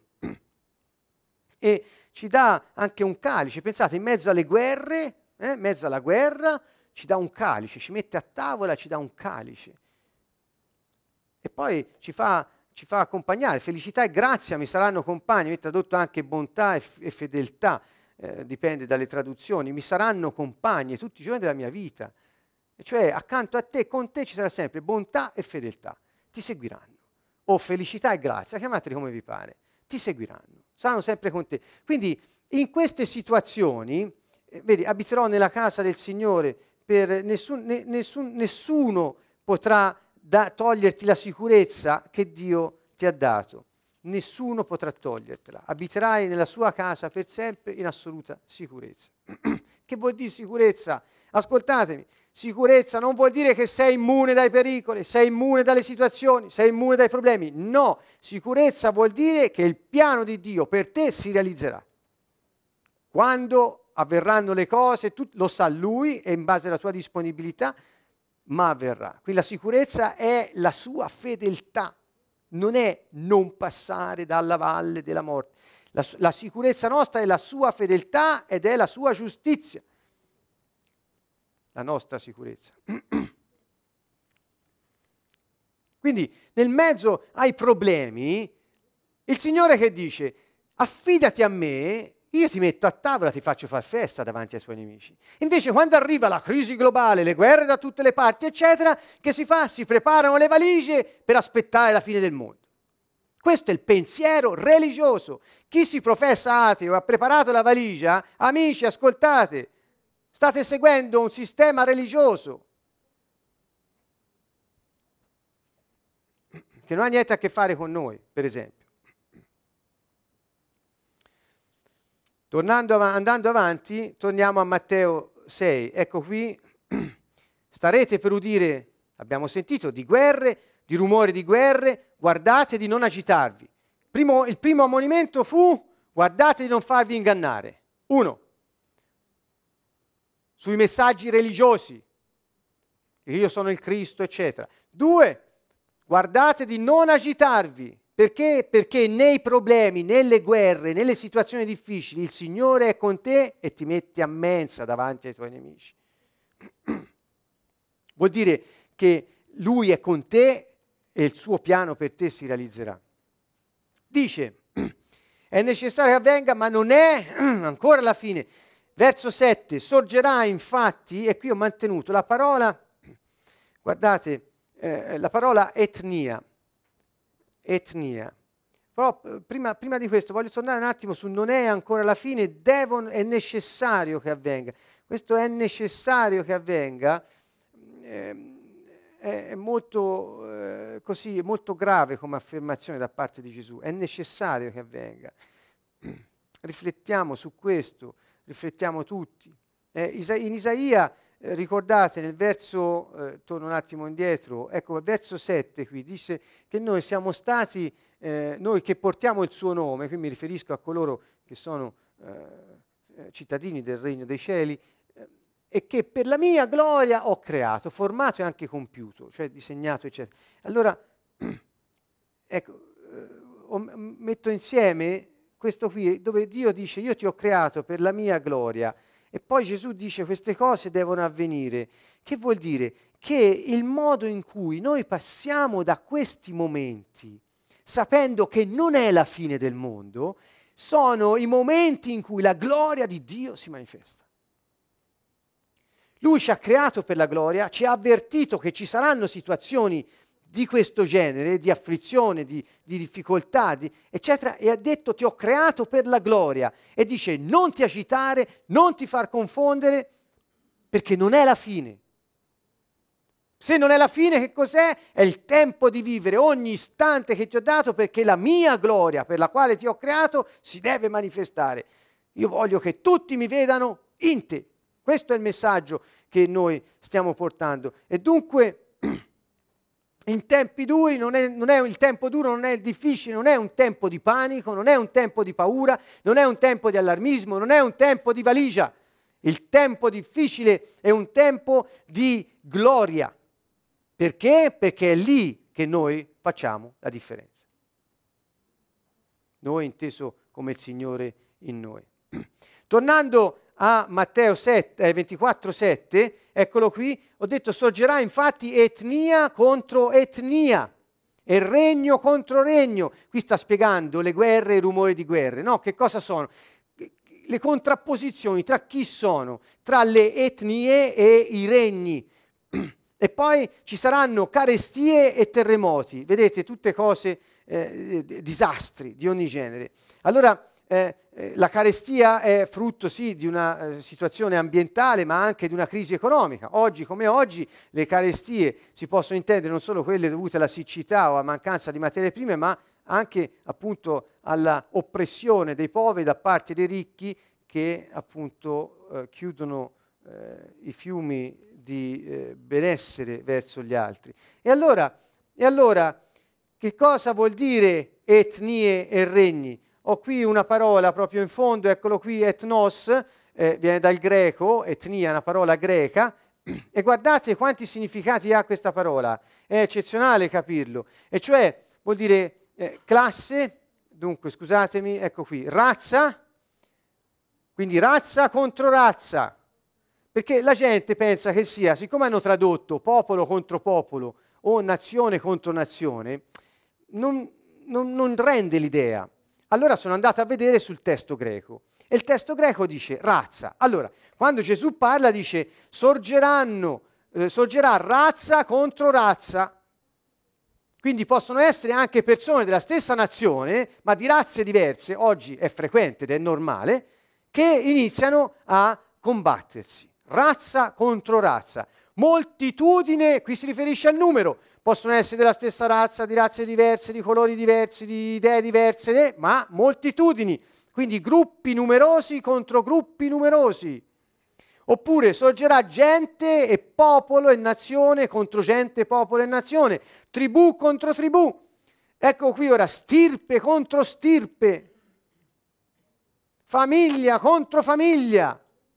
Speaker 1: E ci dà anche un calice, pensate, in mezzo alle guerre, in mezzo alla guerra, ci dà un calice, ci mette a tavola, ci dà un calice. E poi ci fa accompagnare, felicità e grazia mi saranno compagni, mi è tradotto anche bontà e fedeltà, dipende dalle traduzioni, mi saranno compagni tutti i giorni della mia vita, e cioè accanto a te, con te ci sarà sempre bontà e fedeltà, ti seguiranno, o felicità e grazia, chiamateli come vi pare, ti seguiranno, saranno sempre con te. Quindi in queste situazioni, vedi, abiterò nella casa del Signore, per nessuno potrà toglierti la sicurezza che Dio ti ha dato. Nessuno potrà togliertela. Abiterai nella sua casa per sempre in assoluta sicurezza. Che vuol dire sicurezza? Ascoltatemi, sicurezza non vuol dire che sei immune dai pericoli, sei immune dalle situazioni, sei immune dai problemi. No, sicurezza vuol dire che il piano di Dio per te si realizzerà. Quando avverranno le cose, lo sa Lui e in base alla tua disponibilità, ma avverrà. Qui la sicurezza è la sua fedeltà, non è non passare dalla valle della morte. La sicurezza nostra è la sua fedeltà ed è la sua giustizia. La nostra sicurezza. Quindi nel mezzo ai problemi, il Signore che dice, affidati a me, io ti metto a tavola, ti faccio far festa davanti ai tuoi nemici. Invece quando arriva la crisi globale, le guerre da tutte le parti, eccetera, che si fa? Si preparano le valigie per aspettare la fine del mondo. Questo è il pensiero religioso. Chi si professa ateo ha preparato la valigia, amici, ascoltate, state seguendo un sistema religioso che non ha niente a che fare con noi, per esempio. Andando avanti, torniamo a Matteo 6. Ecco qui, starete per udire, abbiamo sentito, di guerre, di rumori di guerre, guardate di non agitarvi. Il primo ammonimento fu, guardate di non farvi ingannare. 1. Sui messaggi religiosi, io sono il Cristo, eccetera. 2. Guardate di non agitarvi. Perché? Perché nei problemi, nelle guerre, nelle situazioni difficili, il Signore è con te e ti mette a mensa davanti ai tuoi nemici. Vuol dire che Lui è con te e il suo piano per te si realizzerà. Dice, è necessario che avvenga, ma non è ancora la fine. Verso 7, sorgerà infatti, e qui ho mantenuto la parola, guardate, la parola etnia. Però prima di questo voglio tornare un attimo su non è ancora la fine, è necessario che avvenga. Questo è necessario che avvenga, è molto così, è molto grave come affermazione da parte di Gesù, è necessario che avvenga. Riflettiamo su questo, riflettiamo tutti. In Isaia, ricordate nel verso, torno un attimo indietro, ecco il verso 7 qui, dice che noi siamo stati, noi che portiamo il suo nome, qui mi riferisco a coloro che sono cittadini del regno dei cieli, e che per la mia gloria ho creato, formato e anche compiuto, cioè disegnato, eccetera. Allora, ecco, metto insieme questo qui, dove Dio dice io ti ho creato per la mia gloria, e poi Gesù dice queste cose devono avvenire. Che vuol dire? Che il modo in cui noi passiamo da questi momenti, sapendo che non è la fine del mondo, sono i momenti in cui la gloria di Dio si manifesta. Lui ci ha creato per la gloria, ci ha avvertito che ci saranno situazioni di questo genere, di afflizione, di difficoltà, eccetera, e ha detto ti ho creato per la gloria. E dice non ti agitare, non ti far confondere, perché non è la fine. Se non è la fine, che cos'è? È il tempo di vivere ogni istante che ti ho dato, perché la mia gloria per la quale ti ho creato si deve manifestare. Io voglio che tutti mi vedano in te. Questo è il messaggio che noi stiamo portando. E dunque, in tempi duri, non è il tempo duro, non è difficile, non è un tempo di panico, non è un tempo di paura, non è un tempo di allarmismo, non è un tempo di valigia. Il tempo difficile è un tempo di gloria. Perché? Perché è lì che noi facciamo la differenza. Noi inteso come il Signore in noi. Tornando a Matteo 24,7, eccolo qui, ho detto sorgerà infatti etnia contro etnia e regno contro regno. Qui sta spiegando le guerre e i rumori di guerre, no? Che cosa sono? Le contrapposizioni tra chi sono? Tra le etnie e i regni. E poi ci saranno carestie e terremoti, vedete, tutte cose, disastri di ogni genere. Allora, la carestia è frutto sì di una situazione ambientale, ma anche di una crisi economica. Oggi come oggi le carestie si possono intendere non solo quelle dovute alla siccità o a mancanza di materie prime, ma anche appunto alla oppressione dei poveri da parte dei ricchi che appunto chiudono i fiumi di benessere verso gli altri. E allora, che cosa vuol dire etnie e regni? Ho qui una parola proprio in fondo, eccolo qui, etnos, viene dal greco, etnia è una parola greca, e guardate quanti significati ha questa parola, è eccezionale capirlo, e cioè vuol dire classe, dunque scusatemi, ecco qui, razza, quindi razza contro razza, perché la gente pensa che sia, siccome hanno tradotto popolo contro popolo o nazione contro nazione, non rende l'idea. Allora sono andato a vedere sul testo greco e il testo greco dice razza. Allora, quando Gesù parla dice sorgerà razza contro razza. Quindi possono essere anche persone della stessa nazione, ma di razze diverse, oggi è frequente ed è normale, che iniziano a combattersi. Razza contro razza. Moltitudine, qui si riferisce al numero, possono essere della stessa razza, di razze diverse, di colori diversi, di idee diverse, ma moltitudini, quindi gruppi numerosi contro gruppi numerosi. Oppure sorgerà gente e popolo e nazione contro gente, popolo e nazione, tribù contro tribù. Ecco qui ora stirpe contro stirpe, famiglia contro famiglia.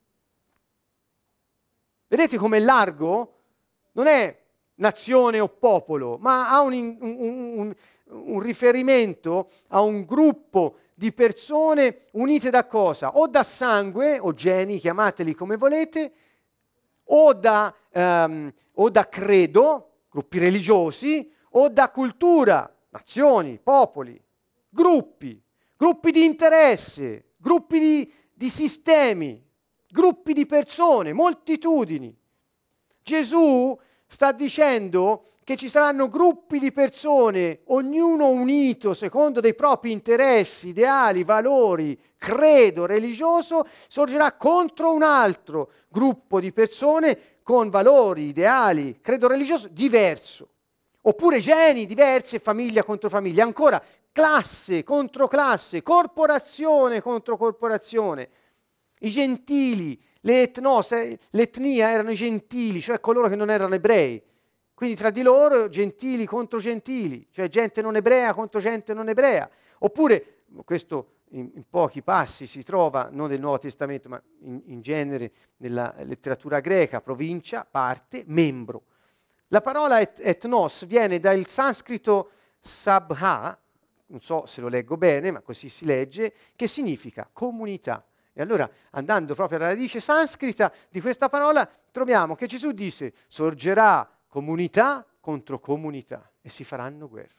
Speaker 1: Vedete com'è largo? Non è nazione o popolo, ma ha un riferimento a un gruppo di persone unite da cosa? O da sangue, o geni, chiamateli come volete, o da credo, gruppi religiosi, o da cultura, nazioni, popoli, gruppi di interesse, gruppi di sistemi, gruppi di persone, moltitudini. Gesù sta dicendo che ci saranno gruppi di persone, ognuno unito secondo dei propri interessi, ideali, valori, credo religioso, sorgerà contro un altro gruppo di persone con valori, ideali, credo religioso diverso. Oppure geni diversi e famiglia contro famiglia. Ancora classe contro classe, corporazione contro corporazione. I gentili, l'etnia erano i gentili, cioè coloro che non erano ebrei. Quindi tra di loro gentili contro gentili, cioè gente non ebrea contro gente non ebrea. Oppure, questo in pochi passi si trova, non nel Nuovo Testamento, ma in genere nella letteratura greca, provincia, parte, membro. La parola etnos viene dal sanscrito sabha, non so se lo leggo bene, ma così si legge, che significa comunità. E allora, andando proprio alla radice sanscrita di questa parola, troviamo che Gesù disse: sorgerà comunità contro comunità e si faranno guerra.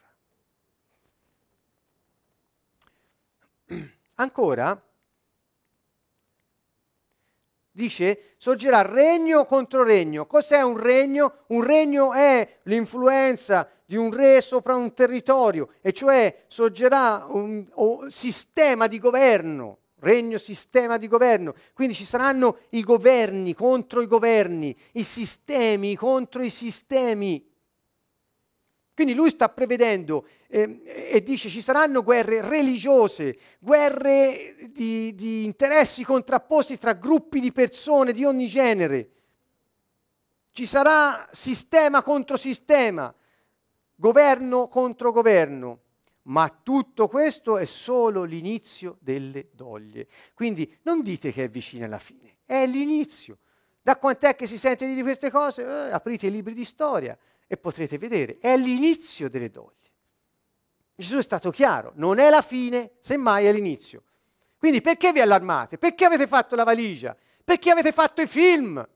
Speaker 1: Ancora, dice, sorgerà regno contro regno. Cos'è un regno? Un regno è l'influenza di un re sopra un territorio, e cioè sorgerà un sistema di governo. Regno, sistema di governo. Quindi ci saranno i governi contro i governi, i sistemi contro i sistemi. Quindi lui sta prevedendo e dice ci saranno guerre religiose, guerre di interessi contrapposti tra gruppi di persone di ogni genere. Ci sarà sistema contro sistema, governo contro governo. Ma tutto questo è solo l'inizio delle doglie. Quindi non dite che è vicina la fine, è l'inizio. Da quant'è che si sente di queste cose? Aprite i libri di storia e potrete vedere, è l'inizio delle doglie. Gesù è stato chiaro, non è la fine, semmai è l'inizio. Quindi perché vi allarmate? Perché avete fatto la valigia? Perché avete fatto i film?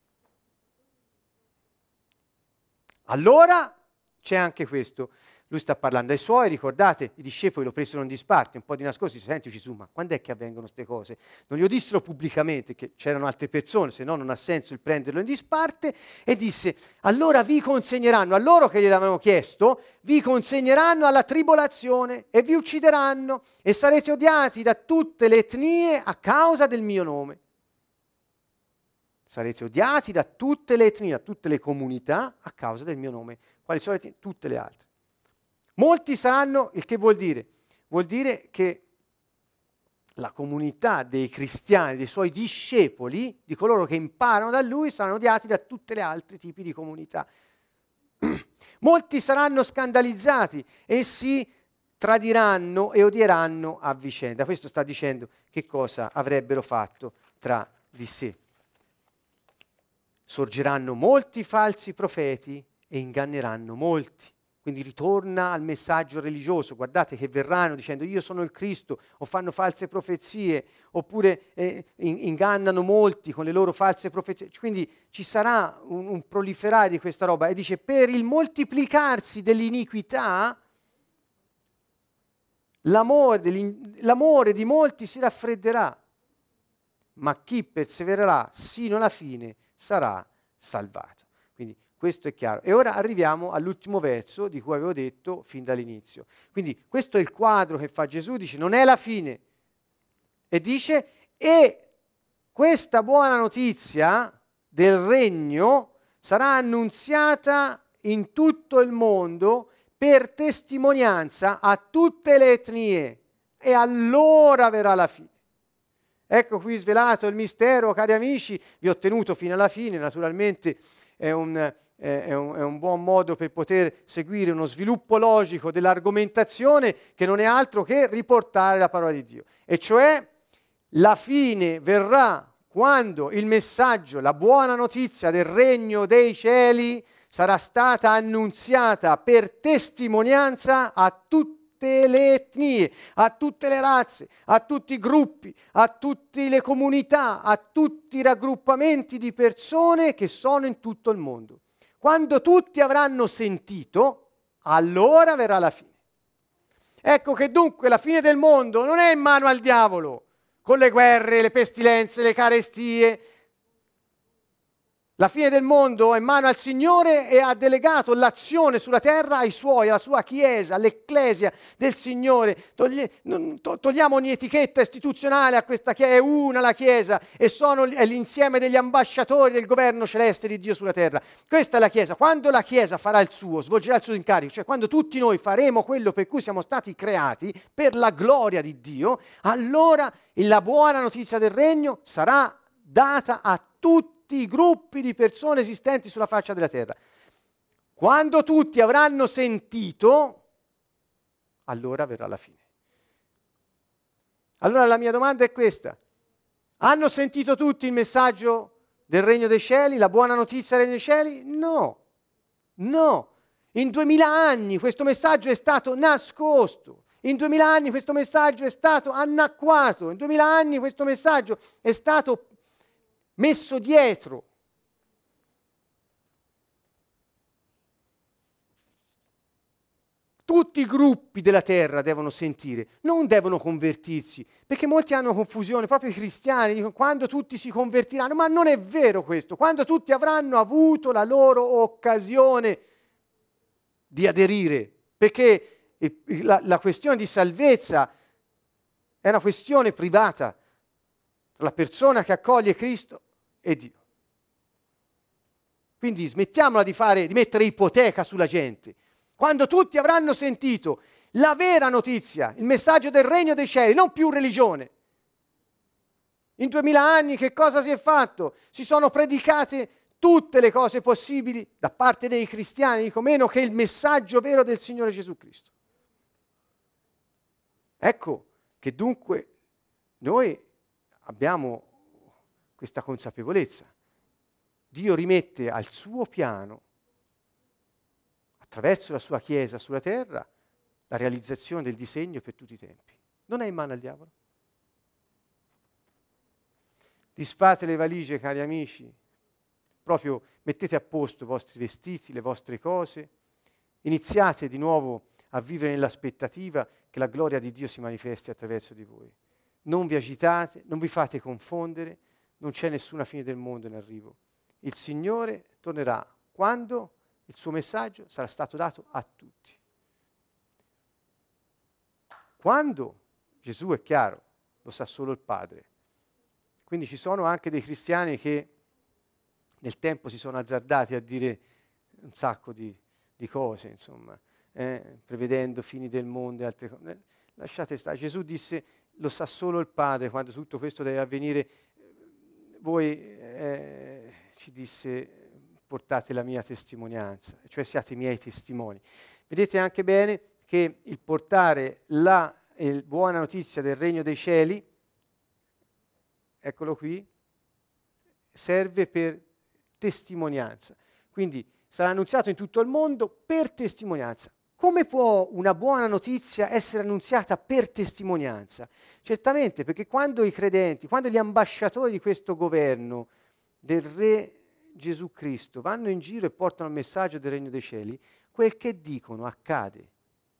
Speaker 1: Allora c'è anche questo. Lui sta parlando ai suoi, ricordate, i discepoli lo presero in disparte, un po' di nascosto, senti Gesù, ma quando è che avvengono queste cose? Non glielo dissero pubblicamente, che c'erano altre persone, se no non ha senso il prenderlo in disparte, e disse, allora vi consegneranno, a loro che gliel'avevano chiesto, vi consegneranno alla tribolazione e vi uccideranno e sarete odiati da tutte le etnie a causa del mio nome. Sarete odiati da tutte le etnie, da tutte le comunità a causa del mio nome. Quali sono le etnie? Tutte le altre. Molti saranno, il che vuol dire? Vuol dire che la comunità dei cristiani, dei suoi discepoli, di coloro che imparano da lui, saranno odiati da tutte le altre tipi di comunità. Molti saranno scandalizzati e si tradiranno e odieranno a vicenda. Questo sta dicendo che cosa avrebbero fatto tra di sé. Sorgeranno molti falsi profeti e inganneranno molti. Quindi ritorna al messaggio religioso, guardate che verranno dicendo io sono il Cristo, o fanno false profezie, oppure ingannano molti con le loro false profezie. Quindi ci sarà un proliferare di questa roba, e dice per il moltiplicarsi dell'iniquità l'amore di molti si raffredderà, ma chi persevererà sino alla fine sarà salvato. Quindi questo è chiaro. E ora arriviamo all'ultimo verso di cui avevo detto fin dall'inizio. Quindi questo è il quadro che fa Gesù, dice non è la fine. E dice, e questa buona notizia del regno sarà annunziata in tutto il mondo per testimonianza a tutte le etnie, e allora verrà la fine. Ecco qui svelato il mistero, cari amici, vi ho tenuto fino alla fine, naturalmente è un buon modo per poter seguire uno sviluppo logico dell'argomentazione che non è altro che riportare la parola di Dio. E cioè la fine verrà quando il messaggio, la buona notizia del regno dei cieli sarà stata annunziata per testimonianza a tutte le etnie, a tutte le razze, a tutti i gruppi, a tutte le comunità, a tutti i raggruppamenti di persone che sono in tutto il mondo. Quando tutti avranno sentito, allora verrà la fine. Ecco che dunque la fine del mondo non è in mano al diavolo, con le guerre, le pestilenze, le carestie. La fine del mondo è in mano al Signore e ha delegato l'azione sulla terra ai suoi, alla sua Chiesa, all'Ecclesia del Signore. Togliamo ogni etichetta istituzionale a questa Chiesa, è una la Chiesa e è l'insieme degli ambasciatori del governo celeste di Dio sulla terra. Questa è la Chiesa. Quando la Chiesa farà il suo, svolgerà il suo incarico, cioè quando tutti noi faremo quello per cui siamo stati creati, per la gloria di Dio, allora la buona notizia del regno sarà data a tutti i gruppi di persone esistenti sulla faccia della terra. Quando tutti avranno sentito, allora verrà la fine. Allora la mia domanda è questa. Hanno sentito tutti il messaggio del Regno dei Cieli, la buona notizia del Regno dei Cieli? No, no. In 2000 anni questo messaggio è stato nascosto. In 2000 anni questo messaggio è stato annacquato. In 2000 anni questo messaggio è stato messo dietro. Tutti i gruppi della terra devono sentire, non devono convertirsi, perché molti hanno confusione, proprio i cristiani dicono quando tutti si convertiranno, ma non è vero questo, quando tutti avranno avuto la loro occasione di aderire, perché la questione di salvezza è una questione privata tra la persona che accoglie Cristo e Dio. Quindi smettiamola di mettere ipoteca sulla gente. Quando tutti avranno sentito la vera notizia, il messaggio del Regno dei Cieli, non più religione. In 2000 anni che cosa si è fatto? Si sono predicate tutte le cose possibili da parte dei cristiani, dico meno che il messaggio vero del Signore Gesù Cristo. Ecco che dunque noi abbiamo questa consapevolezza. Dio rimette al suo piano, attraverso la sua Chiesa sulla terra, la realizzazione del disegno per tutti i tempi. Non è in mano al diavolo. Disfate le valigie, cari amici, proprio mettete a posto i vostri vestiti, le vostre cose, iniziate di nuovo a vivere nell'aspettativa che la gloria di Dio si manifesti attraverso di voi. Non vi agitate, non vi fate confondere, non c'è nessuna fine del mondo in arrivo. Il Signore tornerà quando il suo messaggio sarà stato dato a tutti. Quando? Gesù è chiaro, lo sa solo il Padre. Quindi ci sono anche dei cristiani che nel tempo si sono azzardati a dire un sacco di cose, insomma, prevedendo fini del mondo e altre cose. Lasciate stare. Gesù disse, lo sa solo il Padre quando tutto questo deve avvenire. Voi, ci disse, portate la mia testimonianza, cioè siate i miei testimoni. Vedete anche bene che il portare la buona notizia del Regno dei Cieli, eccolo qui, serve per testimonianza. Quindi sarà annunziato in tutto il mondo per testimonianza. Come può una buona notizia essere annunziata per testimonianza? Certamente perché quando i credenti, quando gli ambasciatori di questo governo del Re Gesù Cristo vanno in giro e portano il messaggio del Regno dei Cieli, quel che dicono accade.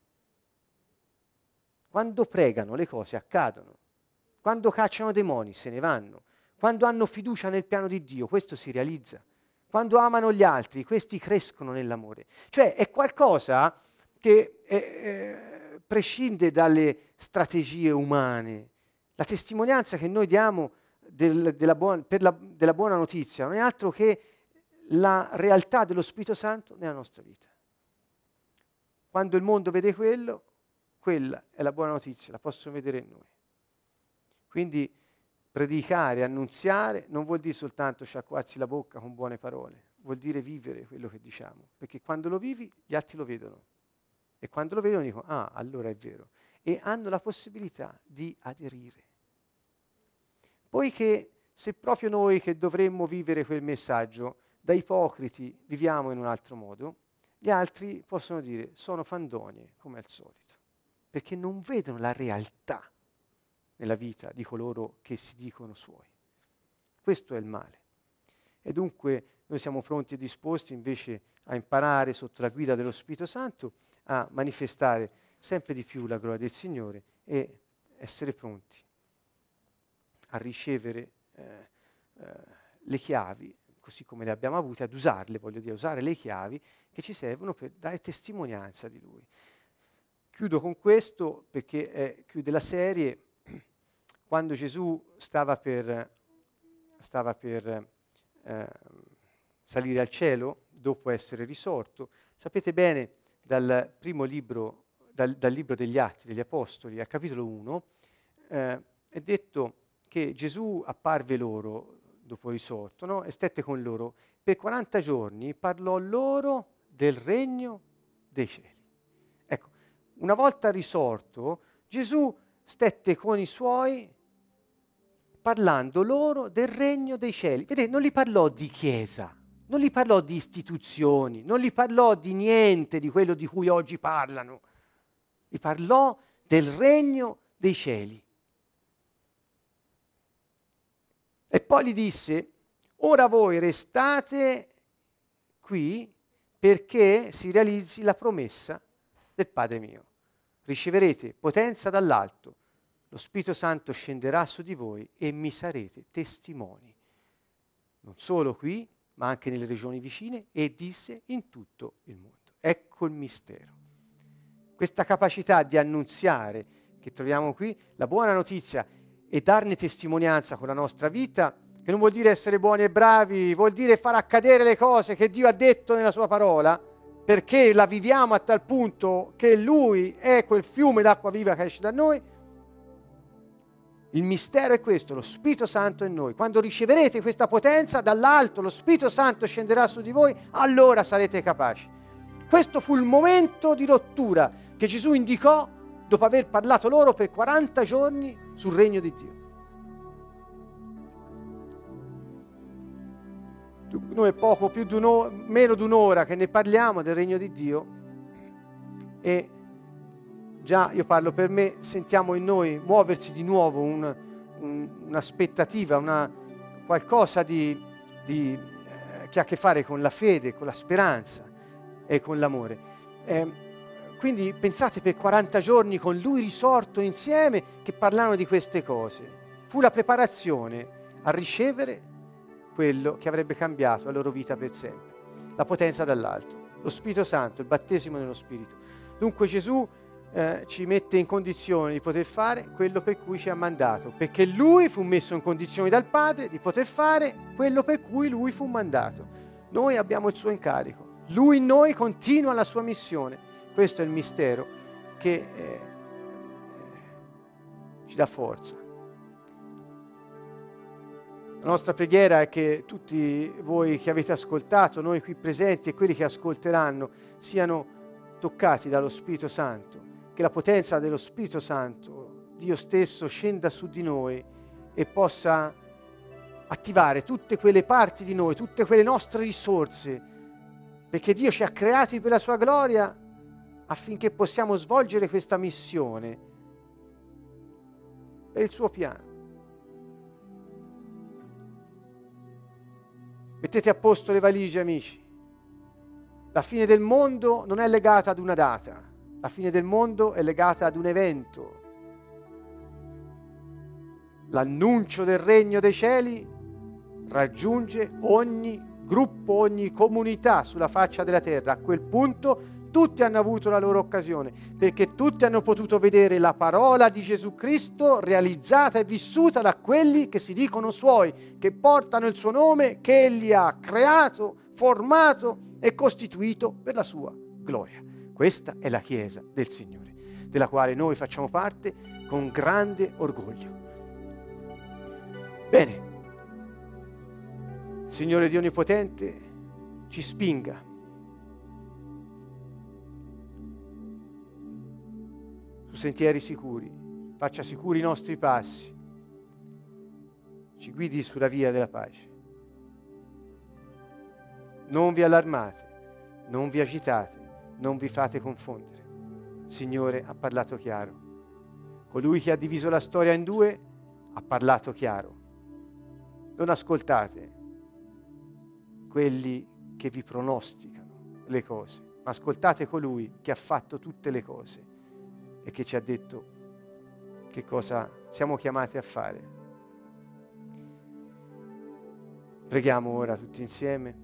Speaker 1: Quando pregano le cose accadono. Quando cacciano demoni se ne vanno. Quando hanno fiducia nel piano di Dio, questo si realizza. Quando amano gli altri, questi crescono nell'amore. Cioè è qualcosa che prescinde dalle strategie umane. La testimonianza che noi diamo della buona notizia non è altro che la realtà dello Spirito Santo nella nostra vita. Quando il mondo vede quello, quella è la buona notizia, la possono vedere in noi. Quindi predicare, annunziare non vuol dire soltanto sciacquarsi la bocca con buone parole, vuol dire vivere quello che diciamo, perché quando lo vivi gli altri lo vedono e quando lo vedono dicono ah, allora è vero, e hanno la possibilità di aderire. Poiché se proprio noi che dovremmo vivere quel messaggio da ipocriti viviamo in un altro modo, gli altri possono dire sono fandonie come al solito, perché non vedono la realtà nella vita di coloro che si dicono suoi. Questo è il male. E dunque noi siamo pronti e disposti invece a imparare sotto la guida dello Spirito Santo a manifestare sempre di più la gloria del Signore e essere pronti a ricevere le chiavi, così come le abbiamo avute, ad usarle, voglio dire, usare le chiavi che ci servono per dare testimonianza di Lui. Chiudo con questo perché chiude la serie. Quando Gesù stava per salire al cielo, dopo essere risorto, sapete bene dal primo libro, dal libro degli Atti degli Apostoli, al capitolo 1, è detto che Gesù apparve loro dopo risorto, no? E stette con loro. Per 40 giorni parlò loro del regno dei cieli. Ecco, una volta risorto, Gesù stette con i suoi parlando loro del regno dei cieli. Vedete, non gli parlò di chiesa, non gli parlò di istituzioni, non gli parlò di niente di quello di cui oggi parlano. Gli parlò del regno dei cieli. E poi gli disse: ora voi restate qui perché si realizzi la promessa del Padre mio. Riceverete potenza dall'alto, lo Spirito Santo scenderà su di voi e mi sarete testimoni, non solo qui, ma anche nelle regioni vicine, e disse in tutto il mondo. Ecco il mistero. Questa capacità di annunziare, che troviamo qui, la buona notizia, e darne testimonianza con la nostra vita, che non vuol dire essere buoni e bravi, vuol dire far accadere le cose che Dio ha detto nella sua parola, perché la viviamo a tal punto che Lui è quel fiume d'acqua viva che esce da noi. Il mistero è questo: lo Spirito Santo in noi. Quando riceverete questa potenza dall'alto, lo Spirito Santo scenderà su di voi, allora sarete capaci. Questo fu il momento di rottura che Gesù indicò dopo aver parlato loro per 40 giorni sul regno di Dio. Noi è poco più di meno di un'ora che ne parliamo del regno di Dio, e già, io parlo per me, sentiamo in noi muoversi di nuovo un'aspettativa, qualcosa che ha a che fare con la fede, con la speranza e con l'amore. Quindi pensate, per 40 giorni con Lui risorto insieme, che parlarono di queste cose. Fu la preparazione a ricevere quello che avrebbe cambiato la loro vita per sempre. La potenza dall'alto, lo Spirito Santo, il battesimo nello Spirito. Dunque Gesù ci mette in condizione di poter fare quello per cui ci ha mandato, perché Lui fu messo in condizioni dal Padre di poter fare quello per cui Lui fu mandato. Noi abbiamo il suo incarico, Lui in noi continua la sua missione. Questo è il mistero che ci dà forza. La nostra preghiera è che tutti voi che avete ascoltato, noi qui presenti e quelli che ascolteranno, siano toccati dallo Spirito Santo, che la potenza dello Spirito Santo, Dio stesso, scenda su di noi e possa attivare tutte quelle parti di noi, tutte quelle nostre risorse, perché Dio ci ha creati per la sua gloria affinché possiamo svolgere questa missione per il suo piano. Mettete a posto le valigie, amici. La fine del mondo non è legata ad una data, la fine del mondo è legata ad un evento. L'annuncio del regno dei cieli raggiunge ogni gruppo, ogni comunità sulla faccia della terra. A quel punto tutti hanno avuto la loro occasione, perché tutti hanno potuto vedere la parola di Gesù Cristo realizzata e vissuta da quelli che si dicono suoi, che portano il suo nome, che Egli ha creato, formato e costituito per la sua gloria. Questa è la Chiesa del Signore, della quale noi facciamo parte con grande orgoglio. Bene, Signore Dio Onnipotente ci spinga su sentieri sicuri, faccia sicuri i nostri passi, ci guidi sulla via della pace. Non vi allarmate, non vi agitate, non vi fate confondere. Il Signore ha parlato chiaro. Colui che ha diviso la storia in due ha parlato chiaro. Non ascoltate quelli che vi pronosticano le cose, ma ascoltate colui che ha fatto tutte le cose e che ci ha detto che cosa siamo chiamati a fare. Preghiamo ora tutti insieme.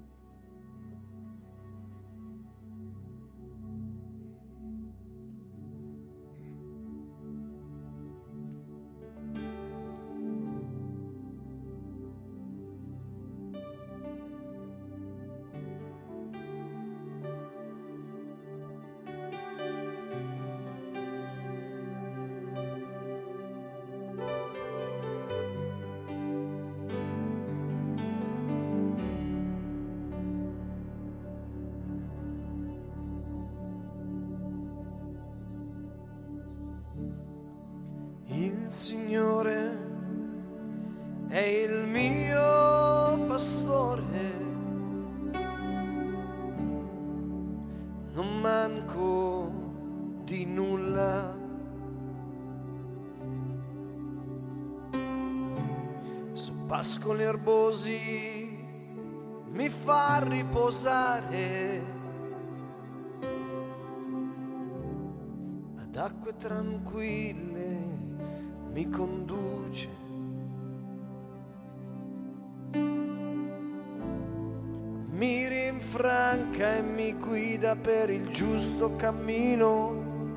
Speaker 2: Il Signore è il mio pastore, non manco di nulla. Su pascoli erbosi mi fa riposare, ad acque tranquille mi conduce. Mi rinfranca e mi guida per il giusto cammino,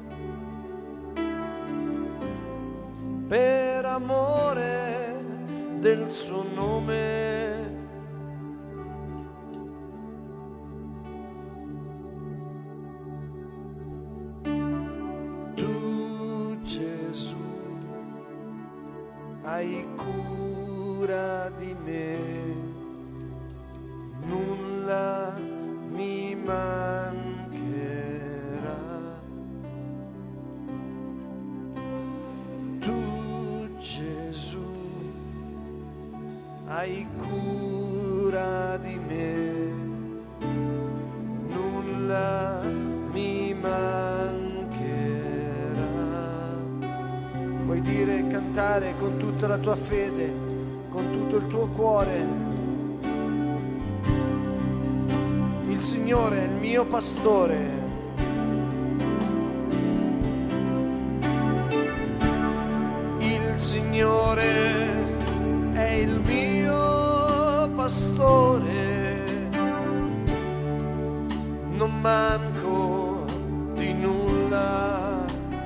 Speaker 2: per amore del suo nome. Tu, Gesù, hai cura di me, nulla mi mancherà. Tu, Gesù, hai cura di me, nulla mi mancherà. Puoi dire e cantare con tutta la tua fede, con tutto il tuo cuore: il Signore è il mio pastore, il Signore è il mio pastore, non manco di nulla.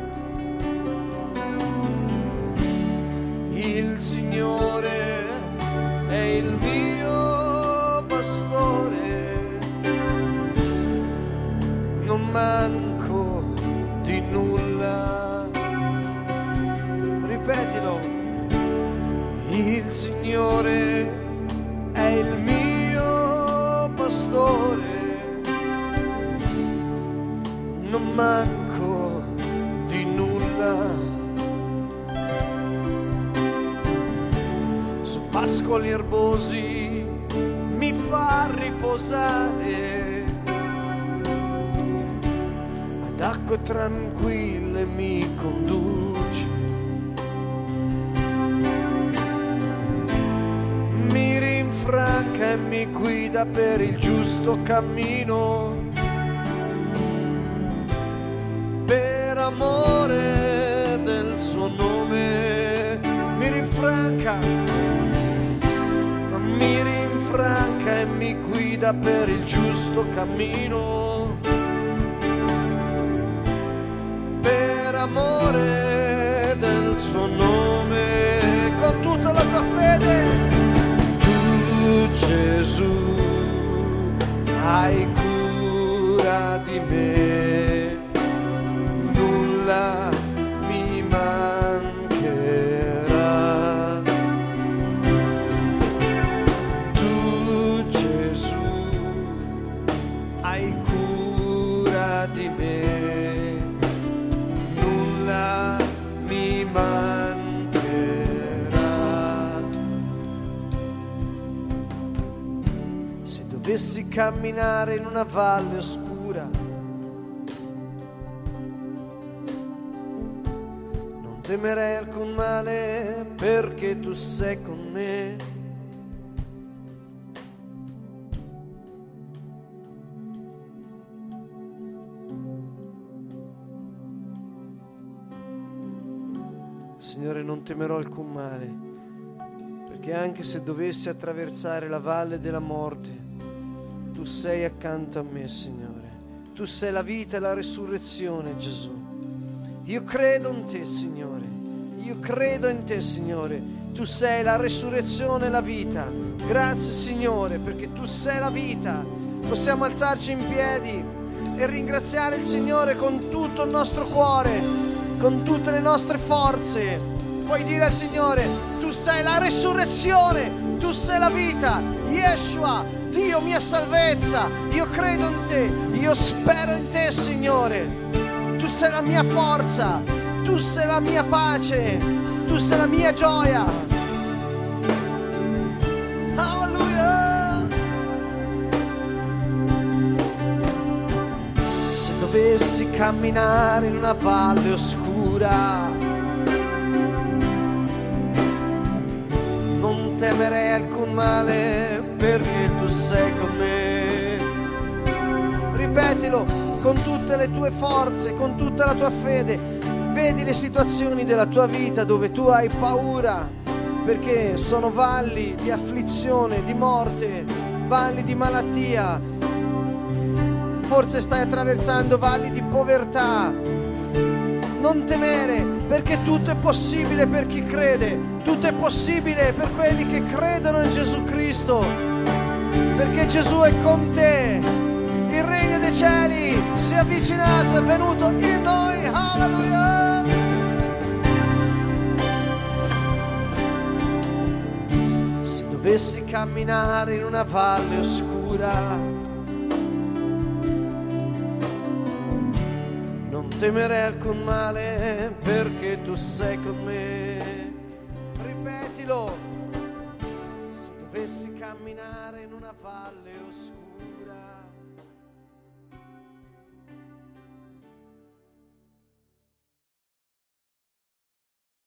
Speaker 2: Il Signore è il mio pastore, non manco di nulla. Ripetilo: il Signore è il mio pastore, non manco di nulla. Su pascoli erbosi mi fa riposare, ad acque tranquille mi conduce. Mi rinfranca e mi guida per il giusto cammino, per amore del suo nome. Mi rinfranca e mi guida per il giusto cammino, per amore del suo nome. Con tutta la tua fede, tu, Gesù, hai cura di me, nulla mi mancherà. Tu, Gesù, hai cura di me, nulla mi mancherà. Se dovessi camminare in una valle oscura, non temerei alcun male, perché tu sei con me. Signore, non temerò alcun male, perché anche se dovessi attraversare la valle della morte, tu sei accanto a me, Signore. Tu sei la vita e la resurrezione, Gesù. Io credo in te, Signore. Io credo in te, Signore. Tu sei la resurrezione e la vita. Grazie, Signore, perché tu sei la vita. Possiamo alzarci in piedi e ringraziare il Signore con tutto il nostro cuore, con tutte le nostre forze. Puoi dire al Signore: tu sei la resurrezione, tu sei la vita, Yeshua, Dio mia salvezza. Io credo in te, io spero in te, Signore. Tu sei la mia forza, Tu sei la mia pace, tu sei la mia gioia. Alleluia. Se dovessi camminare in una valle oscura, non temerei alcun male, perché tu sei con me. Ripetilo con tutte le tue forze, con tutta la tua fede. Vedi le situazioni della tua vita dove tu hai paura, perché sono valli di afflizione, di morte, valli di malattia. Forse stai attraversando valli di povertà. Non temere, perché tutto è possibile per chi crede. Tutto è possibile per quelli che credono in Gesù Cristo, perché Gesù è con te. Il regno dei cieli si è avvicinato, è venuto in noi. Alleluia. Se dovessi camminare in una valle oscura, non temerei alcun male, perché tu sei con me. Ripetilo. Se dovessi camminare in una valle oscura,